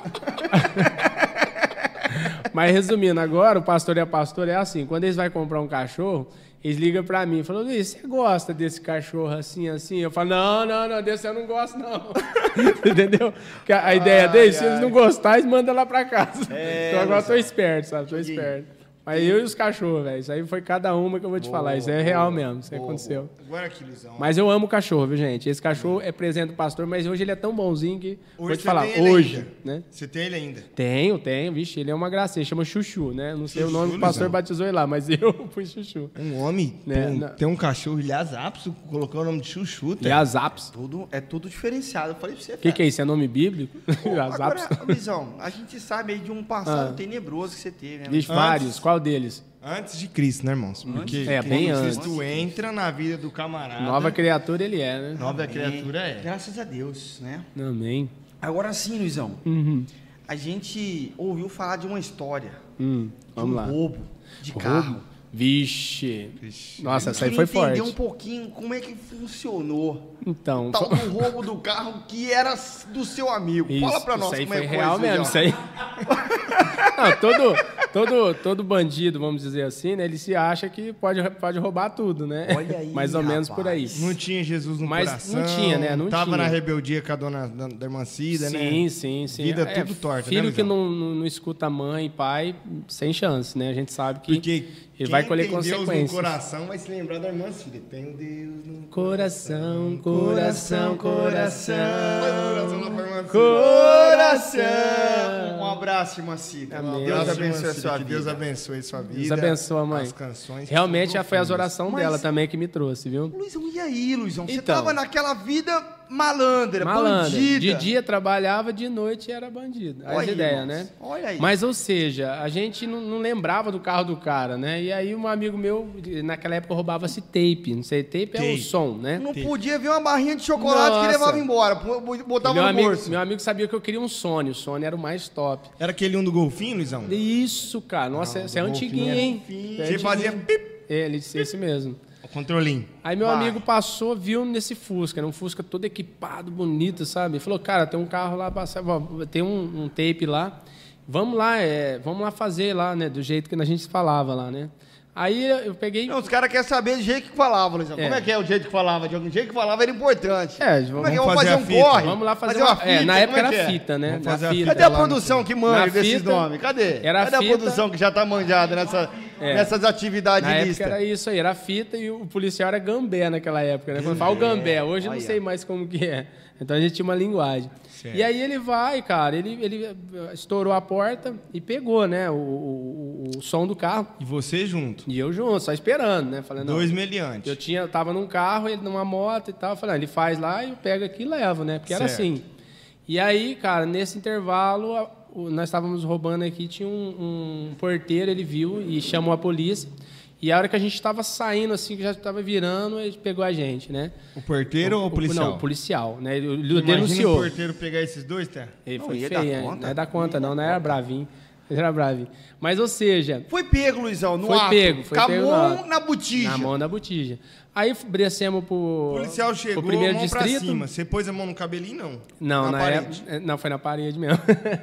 Mas resumindo, agora o pastor e a pastora é assim, quando eles vão comprar um cachorro, eles ligam pra mim e falam, Luiz, você gosta desse cachorro assim, assim? Eu falo, não, não, não, desse eu não gosto, não. Entendeu? Porque a, a ideia deles, se eles não gostarem, eles mandam lá pra casa. então agora eu tô esperto, sabe? Tô esperto. Mas eu e os cachorros, velho, isso aí foi cada uma que eu vou te falar. Isso é real mesmo, isso aí aconteceu. Agora aqui, Luizão. Mas eu amo o cachorro, viu, gente? Esse cachorro é presente do pastor, mas hoje ele é tão bonzinho que, vou Hoje te você falar, tem ele hoje, ainda. né? Você tem ele ainda. Tenho, tenho, vixe, ele é uma gracinha, chama Chuchu, né? Não sei Chuchu, o nome que o pastor Luizão. batizou ele lá, mas eu fui Chuchu. Um homem Né, tem, um, não. tem um cachorro, aliás, ápice, colocou o nome de Chuchu. E as apps. Tudo, é tudo diferenciado. Eu falei pra você, O que, que é isso? É nome bíblico? as apps. Agora, Luizão, a gente sabe aí de um passado Ah. tenebroso que você teve, né? Vixe, vários. Qual deles? Antes de Cristo, né, irmãos? Porque É, bem quando antes. Cristo entra na vida do camarada, Nova criatura ele é, né? nova criatura é. Graças a Deus, né? Amém. Agora sim, Luizão, Uhum. a gente ouviu falar de uma história, Hum, vamos de um lá. roubo de Roubo? carro. Vixe. Vixe. Nossa, Eu essa aí queria foi entender forte. um pouquinho como é que funcionou Então, o tal do roubo do carro que era do seu amigo. isso, Fala pra nós isso aí como foi é que real foi mesmo, isso aí. Não, todo, todo, todo bandido, vamos dizer assim, né? Ele se acha que pode, pode roubar tudo, né? Olha aí, Mais ou menos por aí. Não tinha Jesus no Mas coração. não tinha, né? Não Tava tinha. na rebeldia com a dona da, da irmã Cida, né? Sim, sim, sim. Vida É, tudo torta, Filho né, que Luizão? não, não, não escuta mãe e pai, sem chance, né? A gente sabe que Porque ele vai quem colher tem Deus no consequências. coração vai se lembrar da irmã Cida. Tem Deus no Coração, coração, coração. Faz um coração lá pra irmã Cida. Coração! Um abraço, irmã Cida. Amém. Deus Abraço, abençoe irmã a Cida, sua que vida. Deus abençoe a sua vida. Deus abençoe, mãe. As canções. Realmente são já foi as profundas. orações Mas- dela também que me trouxe, viu? Luizão, e aí, Luizão? Você Então. tava naquela vida malandra, Malandro. bandida. De dia trabalhava, de noite era bandido. As Olha aí, ideias, irmãos. né? Olha aí. Mas, ou seja, a gente não, não lembrava do carro do cara, né? E aí um amigo meu, naquela época, roubava-se tape. Não sei, tape, é o Tape. som, né? Não podia ver uma barrinha de chocolate Nossa. que levava embora. p- Botava Meu no amigo, bolso. meu amigo sabia que eu queria um Sony. O Sony era o mais top. Era aquele um do golfinho, Luizão? Isso, cara. Nossa, você é do antiguinho, golfinho hein? Você Você é fazia antiguinho. pip. É, ele disse esse mesmo. O controlinho. Aí meu Vai. amigo passou, viu nesse Fusca, era um Fusca todo equipado, bonito, sabe? Ele falou, cara, tem um carro lá, passa- ó, tem um, um tape lá, vamos lá, é, vamos lá fazer lá, né? Do jeito que a gente falava lá, né? Aí eu peguei... Não, os caras querem saber do jeito que falava, Luizão. É. Como é que é o jeito que falava? De algum jeito que falava era importante. É, Como é que vamos eu vou fazer fazer a um fita. corre? Vamos lá fazer, uma uma... É, fita, na época como é era que é? fita, né? Vamos Na fazer a fita fita Cadê a lá, produção que manja Na desses fita, nomes? Cadê? era Cadê a fita- produção que já tá manjada nessa, É. nessas atividades Na época ilícitas? era isso aí, era fita e o policial era gambé naquela época, né? Quando fala o gambé, hoje eu não olha. sei mais como que é. Então a gente tinha uma linguagem. Certo. E aí ele vai, cara, ele, ele eh, estourou a porta e pegou, né, o, o, o som do carro. E você junto. E eu junto, só esperando, né? Falei, não, Dois meliantes. eu tinha, eu tava num carro, ele numa moto e tal. Eu falei, ah, ele faz lá e eu pego aqui e levo, né? Porque era Certo. assim. E aí, cara, nesse intervalo, a- o- nós estávamos roubando aqui, tinha um, um porteiro, ele viu e chamou a polícia. E a hora que a gente estava saindo, assim, que já estava virando, ele pegou a gente, né? O porteiro o, ou o policial? Não, o policial, né? Ele Imagina denunciou. o porteiro pegar esses dois, tá? Ele Não foi ia feio, dar hein? conta. Não ia dar conta, não, não era bravinho. Ele era bravinho. Mas, ou seja... Foi pego, Luizão, no Foi ato. pego, foi com a pego mão na- na botija. Na mão da botija. Aí descemos pro, O policial chegou, pro primeiro mão distrito. pra cima. Você pôs a mão no cabelinho, não? Não, na, parede. época, não, foi na parede mesmo.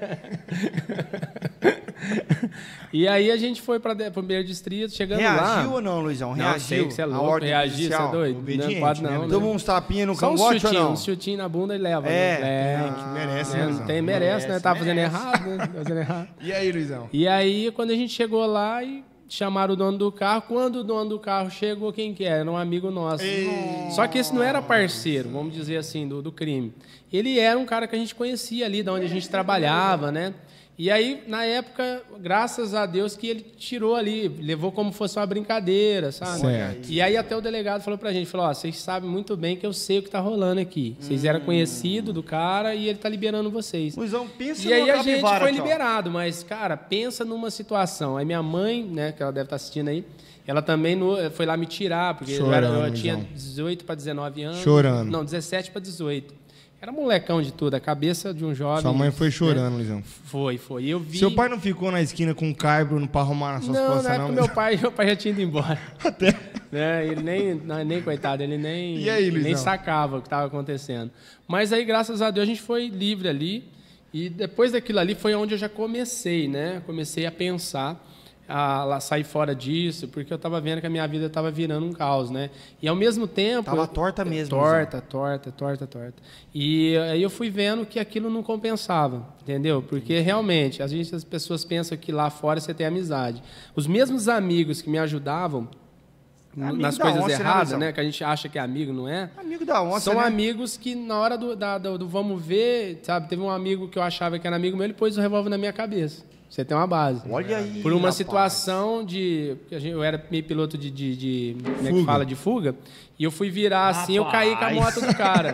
E aí a gente foi para o primeiro distrito, chegando Reagiu lá... ou não, Luizão? Não, Reagiu? sei que você é A louco, ordem reagir, você é policial? doido? Obediente, Não pode né, não, Luizão? né? Tomou uns tapinhas no Só um cangote ou chutinho, não? um chutinho na bunda e leva. É. né? Ah, que merece, É, né, não Luizão? tem, merece, né? Tava fazendo merece. errado, né? Tava fazendo errado. E aí, Luizão? E aí, quando a gente chegou lá e chamaram o dono do carro, quando o dono do carro chegou, quem que era? Era um amigo nosso. Só que esse não era parceiro, vamos dizer assim, do, do crime. Ele era um cara que a gente conhecia ali, de onde a gente trabalhava, né? E aí, na época, graças a Deus que ele tirou ali, levou como fosse uma brincadeira, sabe? Certo. E aí até o delegado falou pra gente, falou, ó, vocês sabem muito bem que eu sei o que tá rolando aqui. Vocês eram conhecidos do cara e ele tá liberando vocês. Luizão, pensa E aí numa a gente capivara foi aqui, ó. liberado, mas, cara, pensa numa situação. Aí minha mãe, né, que ela deve estar assistindo aí, ela também no- foi lá me tirar, porque eu, era- eu Chorando, tinha Luizão. dezoito para dezenove anos. Chorando. Não, dezessete para dezoito. Era molecão de tudo, a cabeça de um jovem. Sua mãe foi né? chorando, Luizão. Foi, foi. E eu vi... Seu pai não ficou na esquina com um caibro pra arrumar nas suas Não, costas, na época não? meu pai, meu pai já tinha ido embora. Até. Né? Ele nem, não, nem, coitado, ele nem, E aí, nem Luizão? sacava o que estava acontecendo. Mas aí, graças a Deus, a gente foi livre ali. E depois daquilo ali foi onde eu já comecei, né? Comecei a pensar, a, lá, sair fora disso, porque eu estava vendo que a minha vida estava virando um caos, né? E ao mesmo tempo... Tava eu- torta mesmo, Torta, torta, torta, torta. E aí eu fui vendo que aquilo não compensava, entendeu? Porque realmente, a gente, as pessoas pensam que lá fora você tem amizade. Os mesmos amigos que me ajudavam Amigo nas da coisas onça, né, erradas, Luizão? né? Que a gente acha que é amigo, não é? Amigo da onça, São né? amigos que na hora do, da- do, do vamos ver, sabe? Teve um amigo que eu achava que era amigo meu, ele pôs o revólver na minha cabeça. Você tem uma base. Olha aí, Por uma rapaz. situação de... porque a gente- Eu era meio piloto de... de, de como é que Fuga. fala? De fuga. E eu fui virar assim, eu caí com a moto do cara.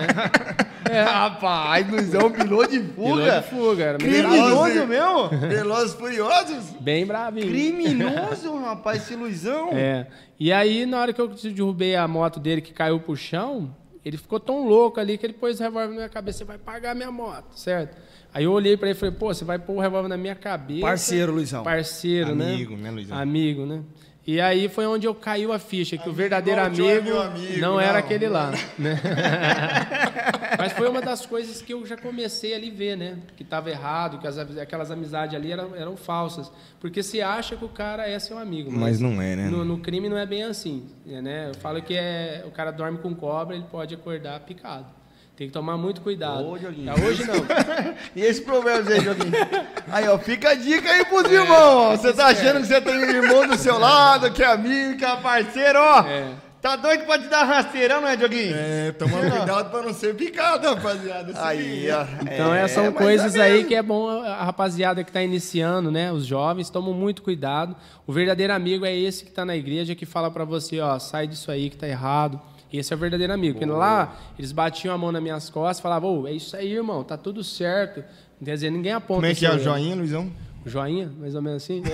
né? É. Rapaz, Luizão, piloto de Piloto fuga. de fuga. Era Criminoso mesmo? Velozes Furiosos? bem bravinho. Criminoso, rapaz, esse Luizão. É. E aí, na hora que eu derrubei a moto dele, que caiu pro chão, ele ficou tão louco ali que ele pôs o revólver na minha cabeça. Você vai pagar minha moto, certo? Aí eu olhei pra ele e falei, pô, você vai pôr o revólver na minha cabeça. Parceiro, Luizão. Parceiro, né? Amigo, né, Luizão? Amigo, né? E aí foi onde eu caiu a ficha, que o verdadeiro igual o Joe é amigo, meu amigo, não, não. era aquele lá, né? Mas foi uma das coisas que eu já comecei ali ver, né? Que estava errado, que as, aquelas amizades ali eram, eram falsas. Porque você acha que o cara é seu amigo. Mas não é, né? No, no crime não é bem assim, né? Eu falo que é, o cara dorme com cobra, ele pode acordar picado. Tem que tomar muito cuidado. Ô, Dioguinho. Tá, hoje não. E esse problema aí, Joguinho? Aí, ó, fica a dica aí pros irmãos, ó. Você tá achando que você tem um irmão do seu lado, que é amigo, que é parceiro, ó. É. Tá doido pra te dar rasteirão, não é, Dioguinho? É, tomando cuidado pra não ser picado, rapaziada. Aí, ó. Então, é, essas são mas coisas é aí mesmo. que é bom a rapaziada que está iniciando, né? Os jovens tomam muito cuidado. O verdadeiro amigo é esse que está na igreja, que fala para você, ó, sai disso aí que tá errado. Esse é o verdadeiro amigo. Porque lá, eles batiam a mão nas minhas costas e falavam, ô, é isso aí, irmão, tá tudo certo. Quer dizer, ninguém aponta. Como é que é seu o erro. joinha, Luizão? Joinha, mais ou menos assim?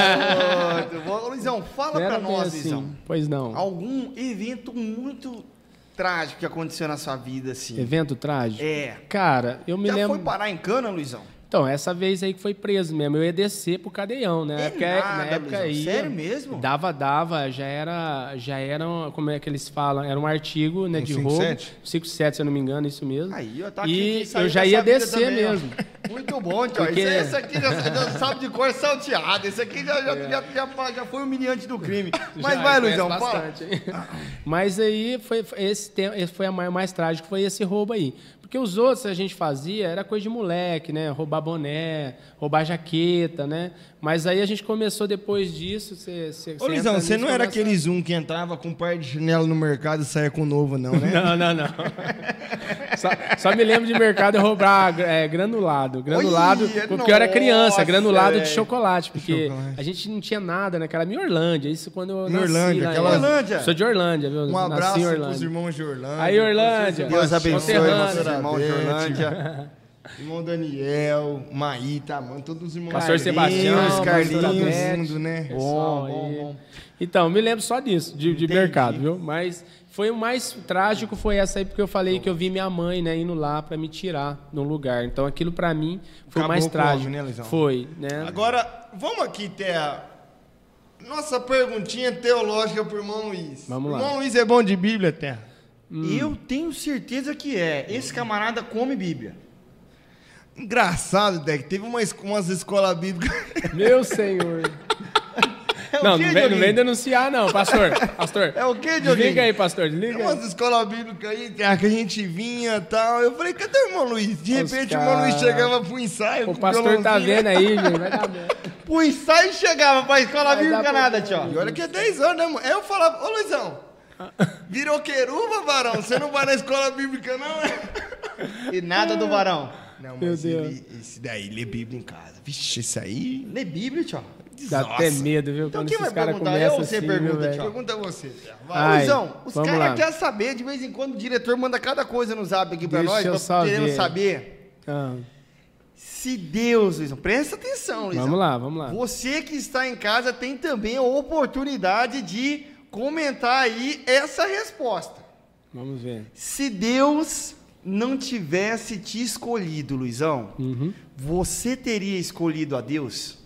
Ô, ô, Luizão, fala Não pra era bem nós, assim. Luizão. Pois não. Algum evento muito trágico que aconteceu na sua vida, assim. Evento trágico? É. Cara, eu me Já lembro... foi parar em cana, Luizão? Então, essa vez aí que foi preso mesmo, eu ia descer pro cadeião, né? Na É época, nada, na época Luizão. ia, Sério mesmo? Dava, dava, já era, já era, um- como é que eles falam? Era um artigo, né, Um de cinco roubo. sete? cinco sete, se eu não me engano, isso mesmo. Aí, ó, tá aqui. E quem saiu eu já dessa ia vida descer também, ó. mesmo. Muito bom, tio. Porque- Esse, esse aqui já, já sabe de cor salteado. Esse aqui já, já, já, já, já foi humilhante do crime. Mas Já, vai, conhece Luizão, fala. bastante, hein? Mas aí foi foi esse, tem- esse foi a mais, mais trágico, foi esse roubo aí. Porque os outros que a gente fazia era coisa de moleque, né? Roubar boné, roubar jaqueta, né? Mas aí a gente começou depois disso. Cê, cê, Ô, Luizão, entra você nisso, não era começa- aquele zoom que entrava com um par de chinelo no mercado e saia com um novo, não, né? Não, não, não. Só, só me lembro de mercado e roubar é, granulado. Granulado, Olha, porque eu era criança, nossa, granulado de velho. chocolate, porque Chocolate. a gente não tinha nada naquela minha Orlândia. Isso quando eu nasci Orlândia, lá em- aquela- Orlândia? Sou de Orlândia, viu? Um Nasci abraço em pros Orlândia. irmãos de Orlândia. Aí, Orlândia. Deus abençoe Conterrâneo. nossos irmãos de Orlândia. Irmão Daniel, Maíta, mano, todos os irmãos. Pastor Sebastião, Carlinhos, Carlinhos, todo mundo, né? Pessoal Bom, bom, aí. bom. Então, me lembro só disso, de, de Entendi. mercado, viu? Mas foi o mais trágico, foi essa aí, porque eu falei que eu vi minha mãe, né, indo lá pra me tirar no lugar. Então, aquilo pra mim foi o Acabou mais com o trágico. homem, né, Luizão? Foi, né? Agora, vamos aqui, Terra. Nossa perguntinha teológica pro irmão Luiz. Vamos lá. Irmão Luiz é bom de Bíblia, Terra? Eu tenho certeza que é. Esse camarada come Bíblia. Engraçado, Deck. Teve uma, es- umas escolas bíblicas. Meu Senhor. É o Não, quê, não vem, não Dioguinho? vem denunciar, não, pastor. Pastor. É o quê, Dioguinho? Desliga aí, pastor, Tem desliga umas aí. escolas bíblicas aí, Terra, que a gente vinha e tal. Eu falei, cadê o irmão Luiz? De Os repente o cara- tá irmão Luiz chegava pro ensaio. O com pastor tá violãozinho. vendo aí, gente, vai dar merda. Pro ensaio chegava, pra escola Vai bíblica dar nada, problema. E tio. olha que é dez anos, né, mano? Aí eu falava, ô Luizão, virou queruba, varão? Você não vai na escola bíblica, não? E nada do varão. Não, Meu mas Deus. ele, esse daí lê Bíblia em casa. Vixe, esse aí... Lê Bíblia, tio. Dá Nossa. até medo, viu? Então Quando quem esses vai caras perguntar? começam Eu ou você assim, pergunta, viu, velho? tio? Pergunta você, Terra. Vai. Ai, Luizão, os vamos caras lá. querem saber, de vez em quando o diretor manda cada coisa no zap aqui pra Deixa nós, eu pra- só querendo ver. saber. Ah, Se Deus, Luizão, presta atenção, Luizão. vamos lá, vamos lá. Você que está em casa tem também a oportunidade de comentar aí essa resposta. Vamos ver. Se Deus não tivesse te escolhido, Luizão, Uhum. você teria escolhido a Deus?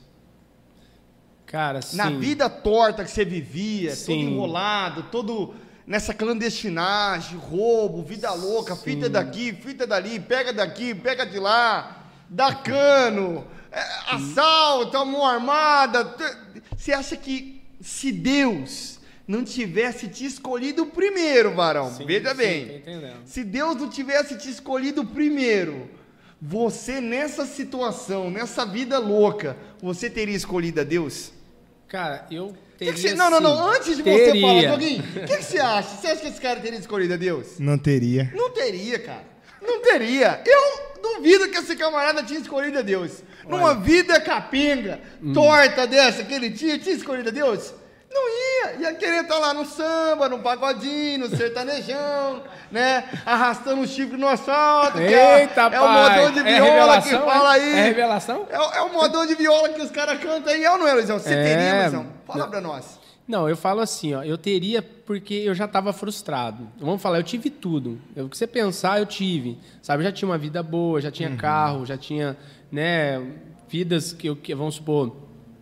Cara, sim. Na vida torta que você vivia, Sim. todo enrolado, todo nessa clandestinagem, roubo, vida louca, fita daqui, fita dali, pega daqui, pega de lá, dá cano, é, assalto, a mão armada. t- Você acha que se Deus não tivesse te escolhido primeiro, varão, Sim, veja sim, bem, tô entendendo. se Deus não tivesse te escolhido primeiro, você nessa situação, nessa vida louca, você teria escolhido a Deus? Cara, eu Que teria que você- não, não, não. sim. Antes de você Teria. falar, Doguinho, o que, que você acha? Você acha que esse cara teria escolhido a Deus? Não teria. Não teria, cara. Não teria. Eu duvido que esse camarada tinha escolhido a Deus. Numa vida capenga, Hum. torta dessa que ele tinha, tinha escolhido a Deus? Não ia. Ia querer estar lá no samba, no pagodinho, no sertanejão, né? Arrastando o chifre no asfalto. que é- Eita, é, pai. o modão de É viola que revelação, fala é? aí. É revelação? É, o- é o modão de viola que os caras cantam aí, é ou não é, Luizão? Você É. teria, Luizão? Fala pra nós. Não, eu falo assim, ó, eu teria porque eu já estava frustrado. Vamos falar, eu tive tudo. Eu- O que você pensar, eu tive. Sabe, eu já tinha uma vida boa, já tinha carro, já tinha, né, vidas que eu, que, vamos supor,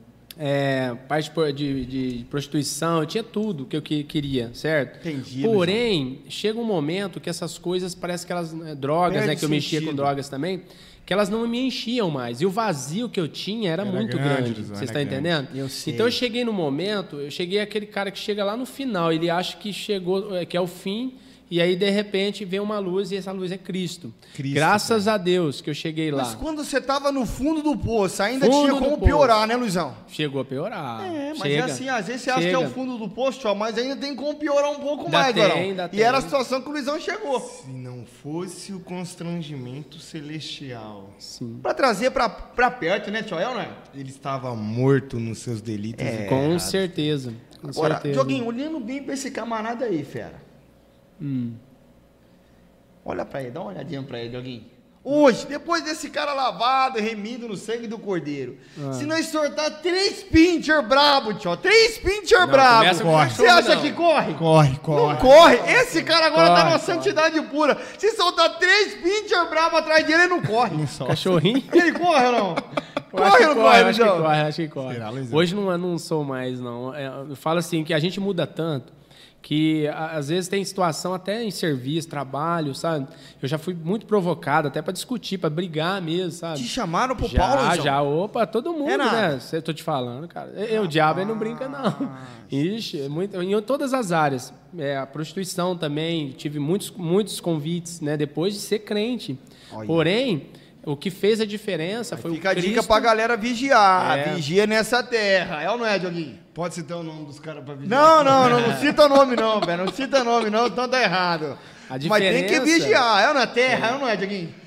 é, parte por- de, de prostituição, eu tinha tudo que eu que- queria, certo? Entendi, Porém, chega um momento que essas coisas, parece que elas, né, drogas, Perde né, que eu mexia com sentido. drogas também, que elas não me enchiam mais. E o vazio que eu tinha era, Era muito grande, grande. Luizão, Você era está grande. entendendo? Eu sei. Então eu cheguei no momento, eu cheguei aquele cara que chega lá no final, ele acha que chegou, é, que é o fim, e aí de repente vem uma luz e essa luz é Cristo. Cristo, Graças a Deus que eu cheguei lá. Mas quando você tava no fundo do poço, ainda Fundo tinha do como poço. piorar, né, Luizão? Chegou a piorar. É, mas Chega. é assim, às vezes você acha que é Chega. o fundo do poço, tio, mas ainda tem como piorar um pouco Ainda mais, tem, Varão. ainda E tem. era a situação que o Luizão chegou. Se não fosse o constrangimento celestial, Sim. Pra trazer pra, pra perto, né, tio? É ou não é? ele estava morto nos seus delitos. É. e Com pecados. certeza. Com Agora, certeza. Dioguinho, olhando bem pra esse camarada aí, fera. Hum. Olha pra ele, dá uma olhadinha pra ele, Dioguinho. Hoje, depois desse cara lavado, remido no sangue do cordeiro, Ah. se nós sortar três pincher brabo, tio, três pincher Não, brabo, começa com Corre. você cachorro, acha não. que corre? Corre, corre. Não corre. Esse cara agora Corre, tá numa corre. santidade pura. Se soltar três pincher bravo atrás dele, ele não corre. Cachorrinho. Ele corre ou não? Eu acho Corre que ou não corre, corre, eu acho que Luizão? corre, acho que corre. Será, Luizão? Hoje não, não sou mais, não. É, Eu falo assim, que a gente muda tanto que a- às vezes tem situação até em serviço, trabalho, sabe? Eu já fui muito provocado, até para discutir, para brigar mesmo, sabe? Te chamaram pro Já, Paulo, Luizão? já, opa, todo mundo, É nada. né? Cê, tô te falando, cara. Eu, o diabo ele não brinca, não. Ixi, é muito, em todas as áreas. É, a prostituição também, tive muitos, muitos convites, né? Depois de ser crente. Olha. Porém, o que fez a diferença foi Fica o a dica Cristo. pra galera vigiar. É. Vigia nessa terra. É ou não é, Dioguinho? Pode citar o nome dos caras pra vigiar? Não, não, não, não cita nome não, velho. Não cita nome não, então tá errado. A Mas tem que diferença- vigiar. É ou não é terra? É ou não é, Dioguinho?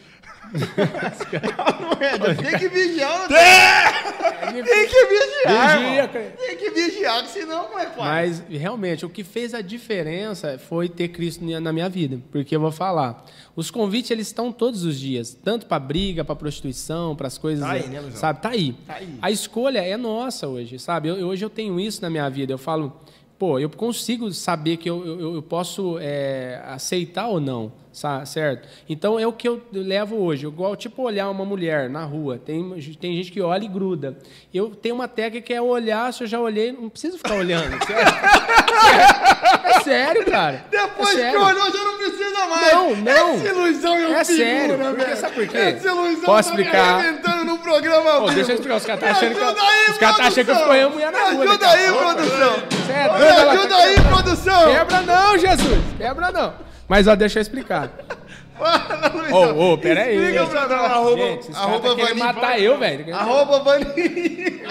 Moeda, tem que vigiar. Tem, tem que vigiar, Vigia, Tem que vigiar, senão não é fácil. Mas, realmente, o que fez a diferença foi ter Cristo na minha vida. Porque eu vou falar, os convites, eles estão todos os dias. Tanto para briga, para prostituição, para as coisas... Tá aí, né, Luizão? Sabe? Tá aí. Tá aí. A escolha é nossa hoje, sabe? Eu, hoje eu tenho isso na minha vida. Eu falo... Pô, eu consigo saber que eu, eu, eu posso é, aceitar ou não, certo? Então, é o que eu levo hoje. Eu igual, tipo, olhar uma mulher na rua. Tem, tem gente que olha e gruda. Eu tenho uma técnica que é olhar, se eu já olhei, não preciso ficar olhando. Sério? É sério, cara. Depois é que sério. olhou, já não precisa mais. Não, não. Essa ilusão é um É sério. figura, Porque, velho. sabe por quê? Essa ilusão Posso tá explicar? me arrebentando no programa. Pô, deixa eu explicar. Os caras estão achando que eu, ajuda aí, os caras tá achando que eu produção. fui a mulher na rua. Me ajuda daqui a aí, pouco. produção. Cê é Me doido, ela ajuda tá aí, quebrando. produção. Quebra não, Jesus. Quebra não. Mas, ó, deixa eu explicar. Ô, ô, pera aí. Explica gente. pra nós. Arroba, Gente, esses caras arroba tá querendo Vaninho. matar eu, velho. Arroba Vaninho.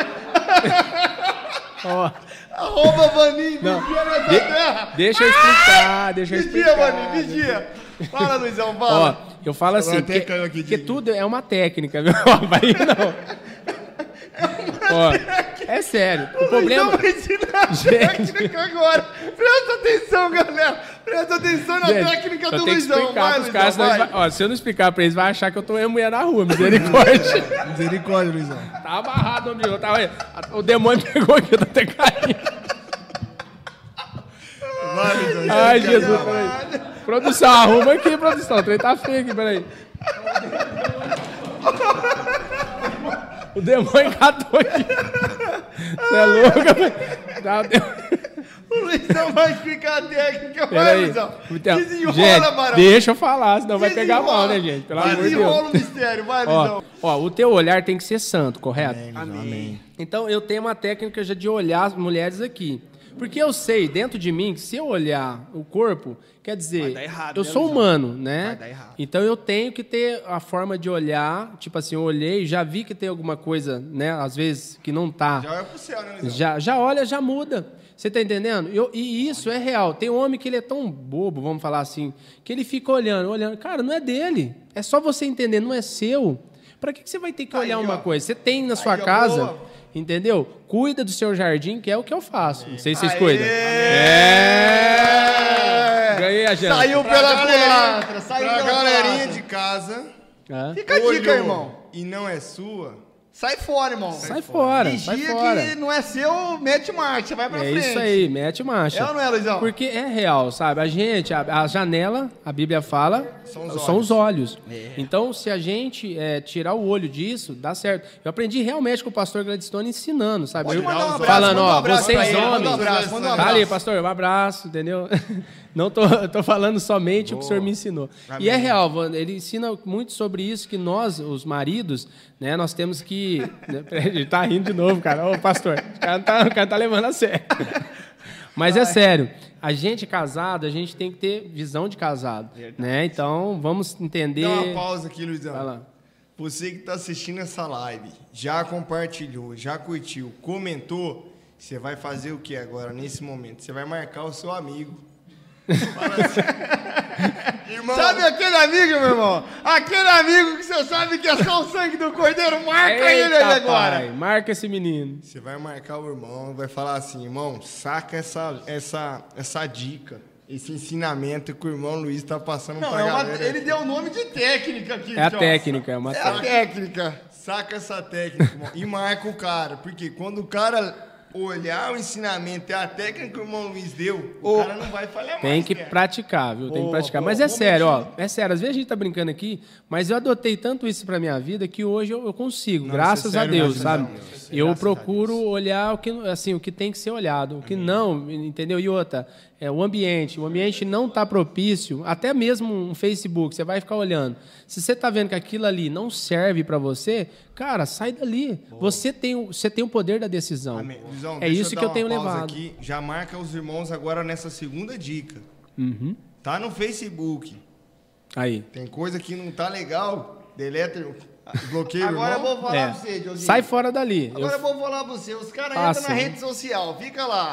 Ó, Arroba Vaninho. Não. Vigia nessa De- terra. deixa eu explicar, deixa eu Vigia, explicar. Vaninho, vigia. Fala, Luizão, Ó, fala. eu falo assim, até que, caiu aqui, que Diguinho. tudo é uma técnica, viu? Vai não. Ó, é sério. O problema... Então vai ensinar a Gente. técnica agora. Presta atenção, galera. Presta atenção na Gente, técnica eu do tenho que Luizão. explicar Vai, pros Luizão, caras, senão eles vai. vai- ó, se eu não explicar pra eles, vai achar que eu tô uma mulher na rua, misericórdia. Misericórdia, Luizão. Tá amarrado onde eu tava aí. O demônio pegou aqui, eu tô até caindo. Vai, Luizão. Ai, Jesus, peraí. Produção, arruma aqui, produção. O trem tá feio aqui, peraí. O demônio catou aqui. Você é louco, velho? Tá, o- O Luizão vai explicar a técnica. Vai, Peraí. Luizão. Então, Desenrola, gente, Barão. deixa eu falar, senão vai pegar mal, né, gente? Pelo amor de Deus. Desenrola o mistério. Vai, Ó, Luizão. ó, o teu olhar tem que ser santo, correto? Amém. Então, eu tenho uma técnica já de olhar as mulheres aqui. Porque eu sei, dentro de mim, que se eu olhar o corpo, quer dizer, Vai dar errado, eu né, sou Luizão? humano, né? Vai dar errado. Então, eu tenho que ter a forma de olhar, tipo assim, eu olhei, já vi que tem alguma coisa, né, às vezes, que não tá. Já olha pro céu, né, Luizão? Já, já olha, já muda. Você tá entendendo? Eu- e isso é real. Tem homem que ele é tão bobo, vamos falar assim, que ele fica olhando, olhando. Cara, não é dele. É só você entender, não é seu. Pra que, que você vai ter que olhar Aí, uma ó. coisa? Você tem na sua Aí, ó, casa, boa. entendeu? Cuida do seu jardim, que é o que eu faço. Não sei se vocês Aê! cuidam. É! Ganhei a janta. Saiu Pra pela galerinha, culatra. Saiu pra pela galerinha culatra. de casa, Hã? Fica a dica, olhou irmão. e não é sua, Sai fora, irmão. Sai fora, sai Vigia fora. que não é seu, mete marcha, vai pra É frente. isso aí, mete marcha. É ou não é, Luizão? Porque é real, sabe? A gente, a, a janela, a Bíblia fala, São os são os olhos. Então, se a gente é, tirar o olho disso, dá certo. Eu aprendi realmente com o pastor Gladstone ensinando, sabe? Pode Eu- mandar um abraço, falando, manda um ó, abraço pra vocês ele, manda um homens. abraço, manda um Tá abraço. ali, pastor, um abraço, entendeu? Não tô, tô falando somente o que o senhor me ensinou. E é real, Wanda, ele ensina muito sobre isso, que nós, os maridos, né, nós temos que... Né, ele tá rindo de novo, cara. Ô, pastor, o cara tá, o cara tá levando a sério. Mas é sério, a gente casado, a gente tem que ter visão de casado, né? Então, vamos entender... dá uma pausa aqui, Luizão. Vai lá. Você que está assistindo essa live, já compartilhou, já curtiu, comentou, você vai fazer o que agora, nesse momento? Você vai marcar o seu amigo. Fala assim, irmão, Sabe aquele amigo, meu irmão? Aquele amigo que você sabe que é só o sangue do cordeiro, marca ele aí Eita, agora. pai, marca esse menino. você vai marcar o irmão, vai falar assim, irmão, saca essa, essa, essa dica, esse ensinamento que o irmão Luiz está passando Não, pra é uma- galera. ele deu o nome de técnica aqui. É a tio. técnica, é uma É a técnica. técnica. Saca essa técnica, irmão, e marca o cara, porque quando o cara olhar o ensinamento e a técnica que o irmão Luiz deu, o Ô, cara não vai falhar mais. Tem que cara. praticar, viu? Tem que Boa, praticar. boa. Mas é Momentinho. sério, ó. É sério. Às vezes a gente tá brincando aqui, mas eu adotei tanto isso pra minha vida que hoje eu, eu consigo, Não, graças isso é a sério, Deus, graças sabe? a Deus. Eu Graças a procuro Deus. olhar o que, assim, o que tem que ser olhado, o que não, entendeu? E outra, é, o ambiente. O ambiente não tá propício, até mesmo um Facebook, você vai ficar olhando. Se você tá vendo que aquilo ali não serve pra você, cara, sai dali. Você tem, o- você tem o poder da decisão. Amém. Luizão, É deixa isso que dar eu uma tenho pausa levado. Aqui. Já marca os irmãos agora nessa segunda dica. Uhum. Tá no Facebook. Aí. Tem coisa que não tá legal, deleta, bloqueia o Agora eu irmão. vou falar É. pra você, Dioguinho. Sai fora dali. Eu- Agora eu vou falar pra você. Os caras Passa. entram na rede social, fica lá.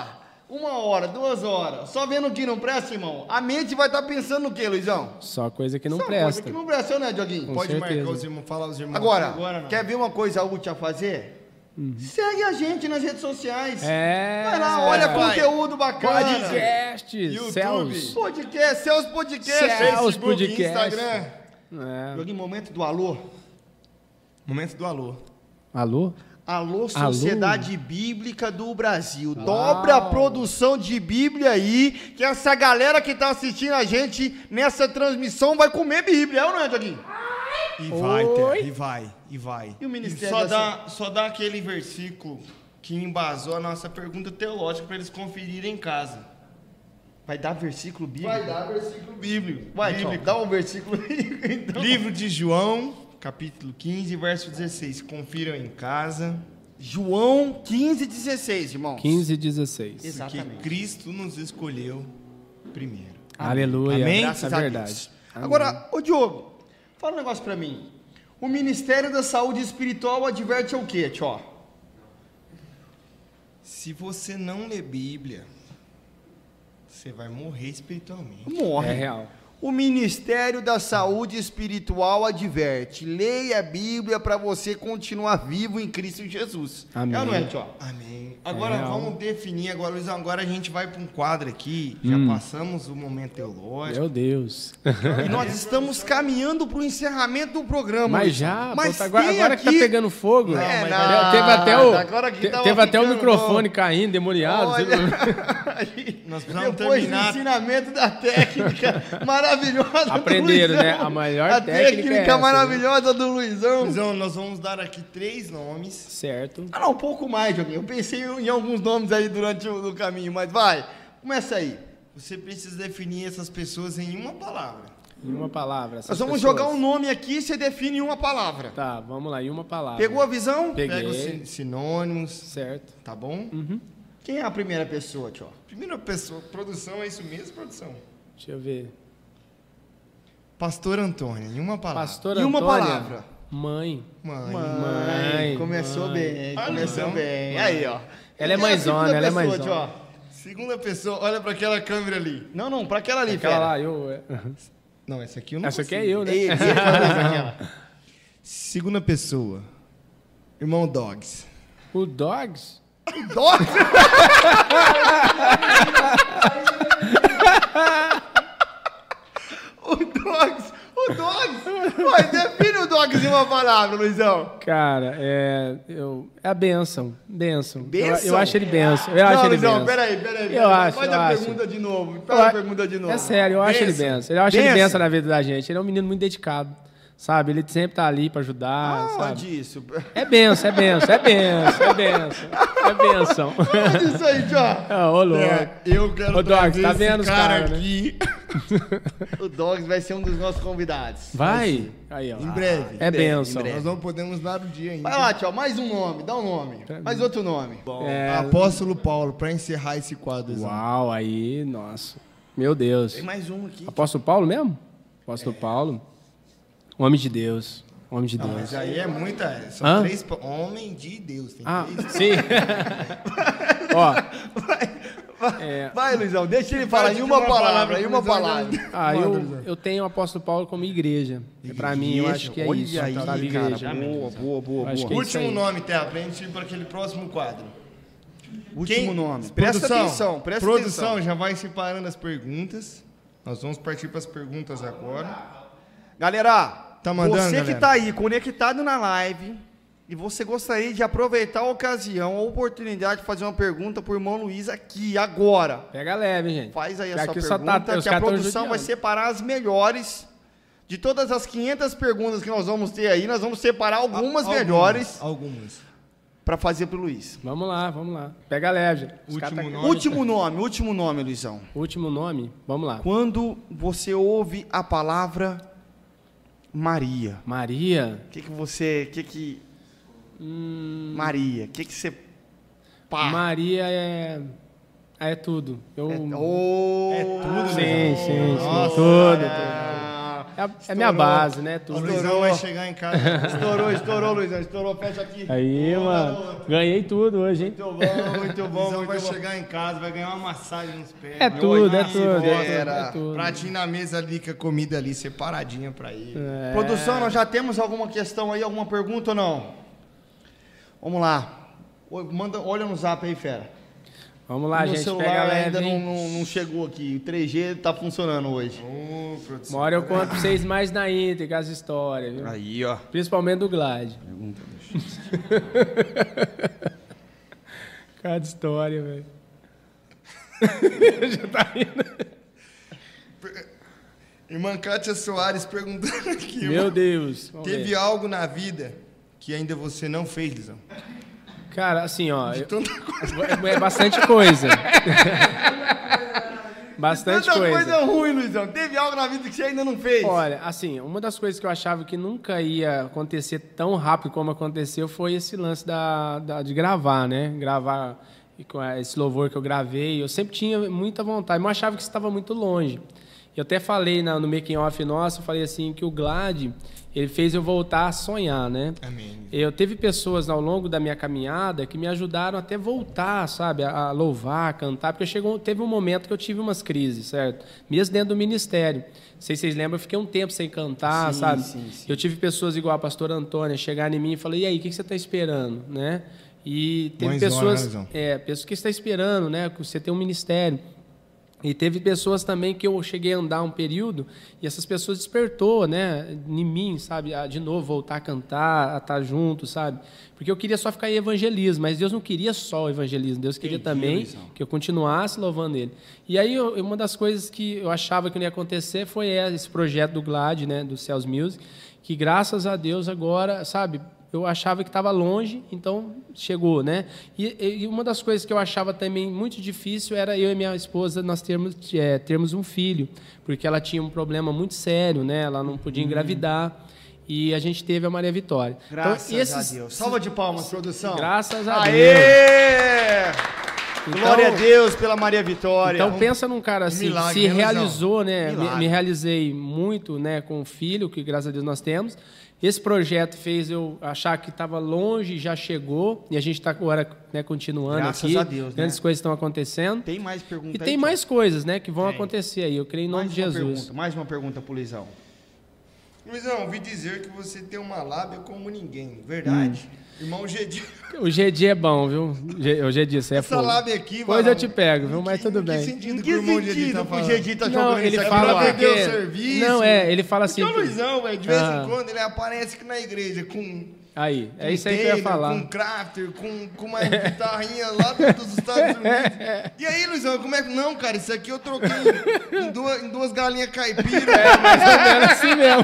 uma hora, duas horas, só vendo o que não presta, irmão, a mente vai estar pensando no quê, Luizão? Só coisa que não Só presta. coisa que não presta, né, Dioguinho? Com Pode certeza. marcar os irmãos, falar os irmãos. Agora, Agora não. quer ver uma coisa útil a fazer? Segue a gente nas redes sociais. É. Vai lá, olha vai. conteúdo bacana. Podcast, YouTube. Céus. Podcast, seus podcasts. Céus. Os Facebook, podcasts. Instagram. É. Dioguinho, momento do alô. Momento do alô. Alô? Alô, Alô? Sociedade Bíblica do Brasil. Dobra a produção de Bíblia aí, que essa galera que tá assistindo a gente nessa transmissão vai comer Bíblia, é ou não é, Dioguinho? E vai, Oi? Terra, e vai, e vai. E o E Ministério só da dá, só dá aquele versículo que embasou a nossa pergunta teológica para eles conferirem em casa. Vai dar versículo bíblico? Vai dar versículo bíblico. Vai, bíblico. tchau, dá um versículo aí, então. Livro de João, capítulo quinze, verso dezesseis. Confiram em casa. João quinze, dezesseis, irmãos. quinze, dezesseis. Porque Exatamente. Cristo nos escolheu primeiro. Aleluia. Amém? Graças É a verdade. Deus. Amém. Agora, ô Diogo, fala um negócio pra mim. O Ministério da Saúde Espiritual adverte ao quê, tio? Se você não ler Bíblia, você vai morrer espiritualmente. Morre. É real. O Ministério da Saúde Espiritual adverte. Leia a Bíblia para você continuar vivo em Cristo Jesus. Amém. É ou não é, tio? Amém. Agora É, vamos definir agora, Luiz, agora a gente vai para um quadro aqui, já passamos o momento teológico. Meu Deus. E nós estamos caminhando para o encerramento do programa. Mas Luizão. já, pô, Mas tá- agora, tem agora que tá aqui- pegando fogo. Não, É, mas nada. Teve até o, agora que te- tava teve até o ficando microfone bom. caindo, demoniado. Olha, Nós precisamos depois terminar. do ensinamento da técnica maravilhosa do Aprenderam, Luizão. né? A maior A técnica técnica é essa, maravilhosa do Luizão. Luizão, nós vamos dar aqui três nomes. Certo. Ah, não, um pouco mais, Joguinho. Eu pensei em alguns nomes aí durante o, o caminho, mas vai. Começa aí. Você precisa definir essas pessoas em uma palavra. Em uma palavra. Nós vamos jogar um nome aqui e você define em uma palavra. Tá, vamos lá, em uma palavra. Pegou a visão? Peguei. Pega os sin- sinônimos, Certo. tá bom? Quem é a primeira pessoa, tio? Primeira pessoa, produção, é isso mesmo, produção? Deixa eu ver. Pastor Antônio, em uma palavra. Pastor E uma Antônia. palavra? Mãe. Mãe. Mãe, Começou mãe. bem, Olha, começou então. bem. Aí, ó. Ela é Quem a mãezona, segunda ela é pessoa, mãezona. tio? Segunda pessoa, olha para aquela câmera ali. Não, não, pra aquela ali, Aquela fera. lá, eu... Não, essa aqui eu não Essa aqui consigo. é eu, né? Ei, deixa eu fazer isso aqui, ó. Segunda pessoa, irmão Dogs. O Dogs? Dogs! o Dogs! O Dogs! Mas define o Dogs em uma palavra, Luizão. Cara, é... Eu, é a bênção. Bênção. Bênção? Eu, eu acho ele bênção. Eu acho não, ele Luizão, bênção. peraí, peraí. Eu peraí. acho, Faz eu a acho. pergunta de novo. Eu Faz a a- pergunta de novo. É sério, eu acho ele Bênção. benção. Eu acho ele Bênção. benção na vida da gente. Ele é um menino muito dedicado, sabe? Ele sempre tá ali pra ajudar, Ah, sabe? disso. É benção, é benção, é benção, é benção. É benção. Isso aí, tio. Ah, ô, louco. É, eu quero Ô, Dogs, trazer tá esse vendo os cara cara, né? aqui. O Dogs vai ser um dos nossos convidados. Vai. Aí, ó. Em breve. É breve, benção. em breve. Nós não podemos dar o dia ainda. Vai lá, tio. Mais um nome. Dá um nome. Mais outro nome. É, Apóstolo Paulo, para encerrar esse quadro. Zão. Uau, aí, nossa. Meu Deus. Tem mais um aqui. Apóstolo Paulo mesmo? Apóstolo Paulo. Homem de Deus. Homem de Não, Deus. mas aí é muita. São Hã? três. pa- Homem de Deus. Tem Ah, três. sim. Ó, Vai, vai, Luizão. Deixa ele falar Faz em de uma, uma palavra. palavra, Em uma Luizão, palavra. já- ah, Manda, eu, Luizão. eu tenho o apóstolo Paulo como igreja. E pra mim, eu acho que é Olha isso. aí, sabe? cara. Igreja. Boa, boa, boa, Acho boa. que é isso Último aí. nome, Terra, pra gente ir para aquele próximo quadro. Último Quem- nome. Presta Produção, atenção, presta Produção, atenção. já vai separando as perguntas. Nós vamos partir para as perguntas agora. Galera, Tá mandando, você galera? que tá aí conectado na live e você gostaria de aproveitar a ocasião, a oportunidade de fazer uma pergunta pro irmão Luiz aqui, agora. Pega leve, gente. Faz aí a Que sua aqui só pergunta, tá- os que a caras tão produção vai judiando. separar as melhores. De todas as quinhentas perguntas que nós vamos ter aí, nós vamos separar algumas melhores Algumas. para fazer pro Luiz. Vamos lá, vamos lá. Pega leve, gente. Os Último caras tá- nome. Último nome, último nome, Luizão. Último nome? Vamos lá. Quando você ouve a palavra Maria, Maria. o que que você, que que Hum, Maria, o que que você pá? Maria é. É tudo. Eu... Oh, É tudo, Sim, né? sim, sim. Nossa, tudo, tudo. Ah, É a, é a minha base, né? O Tudo. Luizão vai chegar em casa. Estourou, estourou, Luizão. Estourou, fecha aqui. Aí, Boa, mano. garoto. Ganhei tudo hoje, hein? Muito bom, muito O bom, Luizão muito vai bom. chegar em casa, vai ganhar uma massagem nos pés. É tudo, é Olhar, tudo, é tudo, fera. é tudo. Pratinho na mesa ali, com a comida ali separadinha pra ele. É. Produção, nós já temos alguma questão aí, alguma pergunta ou não? Vamos lá. Ô, Manda, olha no zap aí, fera. Vamos lá, Meu gente. celular Pega ainda leve, não, hein? não, não chegou aqui. O três G tá funcionando hoje. Ô, produção. Uma hora eu conto pra vocês mais na íntegra as histórias, viu? Aí, ó. Principalmente do Glad. Cada história, velho. Já tá rindo. Irmã Kátia Soares perguntando aqui. Meu irmão. Deus. Vamos Teve ver. algo na vida que ainda você não fez, Lisão? Cara, assim, ó. eu- Tanta coisa. É bastante coisa. Bastante Tanta coisa. coisa ruim, Luizão. Teve algo na vida que você ainda não fez? Olha, assim, uma das coisas que eu achava que nunca ia acontecer tão rápido como aconteceu foi esse lance da, da- de gravar, né? Gravar e com esse louvor que eu gravei. Eu sempre tinha muita vontade, mas eu achava que isso estava muito longe. Eu até falei na- no making off nosso, eu falei assim que o Glad, ele fez eu voltar a sonhar, né? Amém. Eu teve pessoas ao longo da minha caminhada que me ajudaram até voltar, sabe, a, a louvar, a cantar, porque chegou, teve um momento que eu tive umas crises, certo? Mesmo dentro do ministério. Não sei se vocês lembram, eu fiquei um tempo sem cantar, Sim, sabe? sim, sim. Eu tive pessoas igual a pastora Antônia chegar em mim e falar: "E aí, o que que você está esperando?", né? E teve Mãezona, pessoas, né, Zão? é, pessoas que está esperando, né, que você tem um ministério. E teve pessoas também que eu cheguei a andar um período e essas pessoas despertou, né, em mim, sabe, a de novo voltar a cantar, a estar junto, sabe? Porque eu queria só ficar em evangelismo, mas Deus não queria só o evangelismo, Deus queria Entendi, também Luizão. que eu continuasse louvando Ele. E aí eu- uma das coisas que eu achava que não ia acontecer foi esse projeto do Glad, né, do Cells Music, que graças a Deus agora, sabe, eu achava que estava longe, então chegou, né? E, e uma das coisas que eu achava também muito difícil era eu e minha esposa nós termos, é, termos um filho, porque ela tinha um problema muito sério, né? Ela não podia engravidar e a gente teve a Maria Vitória. Graças então, esses- a Deus. Salva de palmas, produção. Graças a Aê! Então- Glória a Deus pela Maria Vitória. Então pensa num cara assim, milagre, que se né, Luizão? realizou, né? Me, Milagre. me realizei muito, né, com o filho, que graças a Deus nós temos. Esse projeto fez eu achar que estava longe, já chegou, e a gente está agora, né, continuando Graças aqui. a Deus, né? Grandes coisas estão acontecendo. Tem mais perguntas E aí, tem Tiago? mais coisas, né, que vão Tem. acontecer aí. Eu creio em nome mais de uma Jesus. Pergunta, mais uma pergunta pro Luizão. Luizão, ouvi dizer que você tem uma lábia como ninguém. Verdade? Hum. Irmão Gedi. O G D é bom, viu? G- O G D, isso aí é Essa fogo. lábia aqui, Depois mano, eu te pego, viu? em Mas que- tudo em bem. Que sentido Em que que o irmão Gedi sentido tá que o falando? Gedi tá Não, jogando ele isso aqui fala pro ar? perdeu porque... o serviço. Não, é, ele fala assim... Porque o Luizão, velho, de vez Ah. em quando ele aparece aqui na igreja com... Aí, é com isso aí que eu ia Taylor, falar. Com crafter, com, com uma guitarrinha lá dos Estados Unidos. E aí, Luizão, como é que... Não, cara, isso aqui eu troquei em, em duas, em duas galinhas caipiras. É, mais ou menos assim mesmo.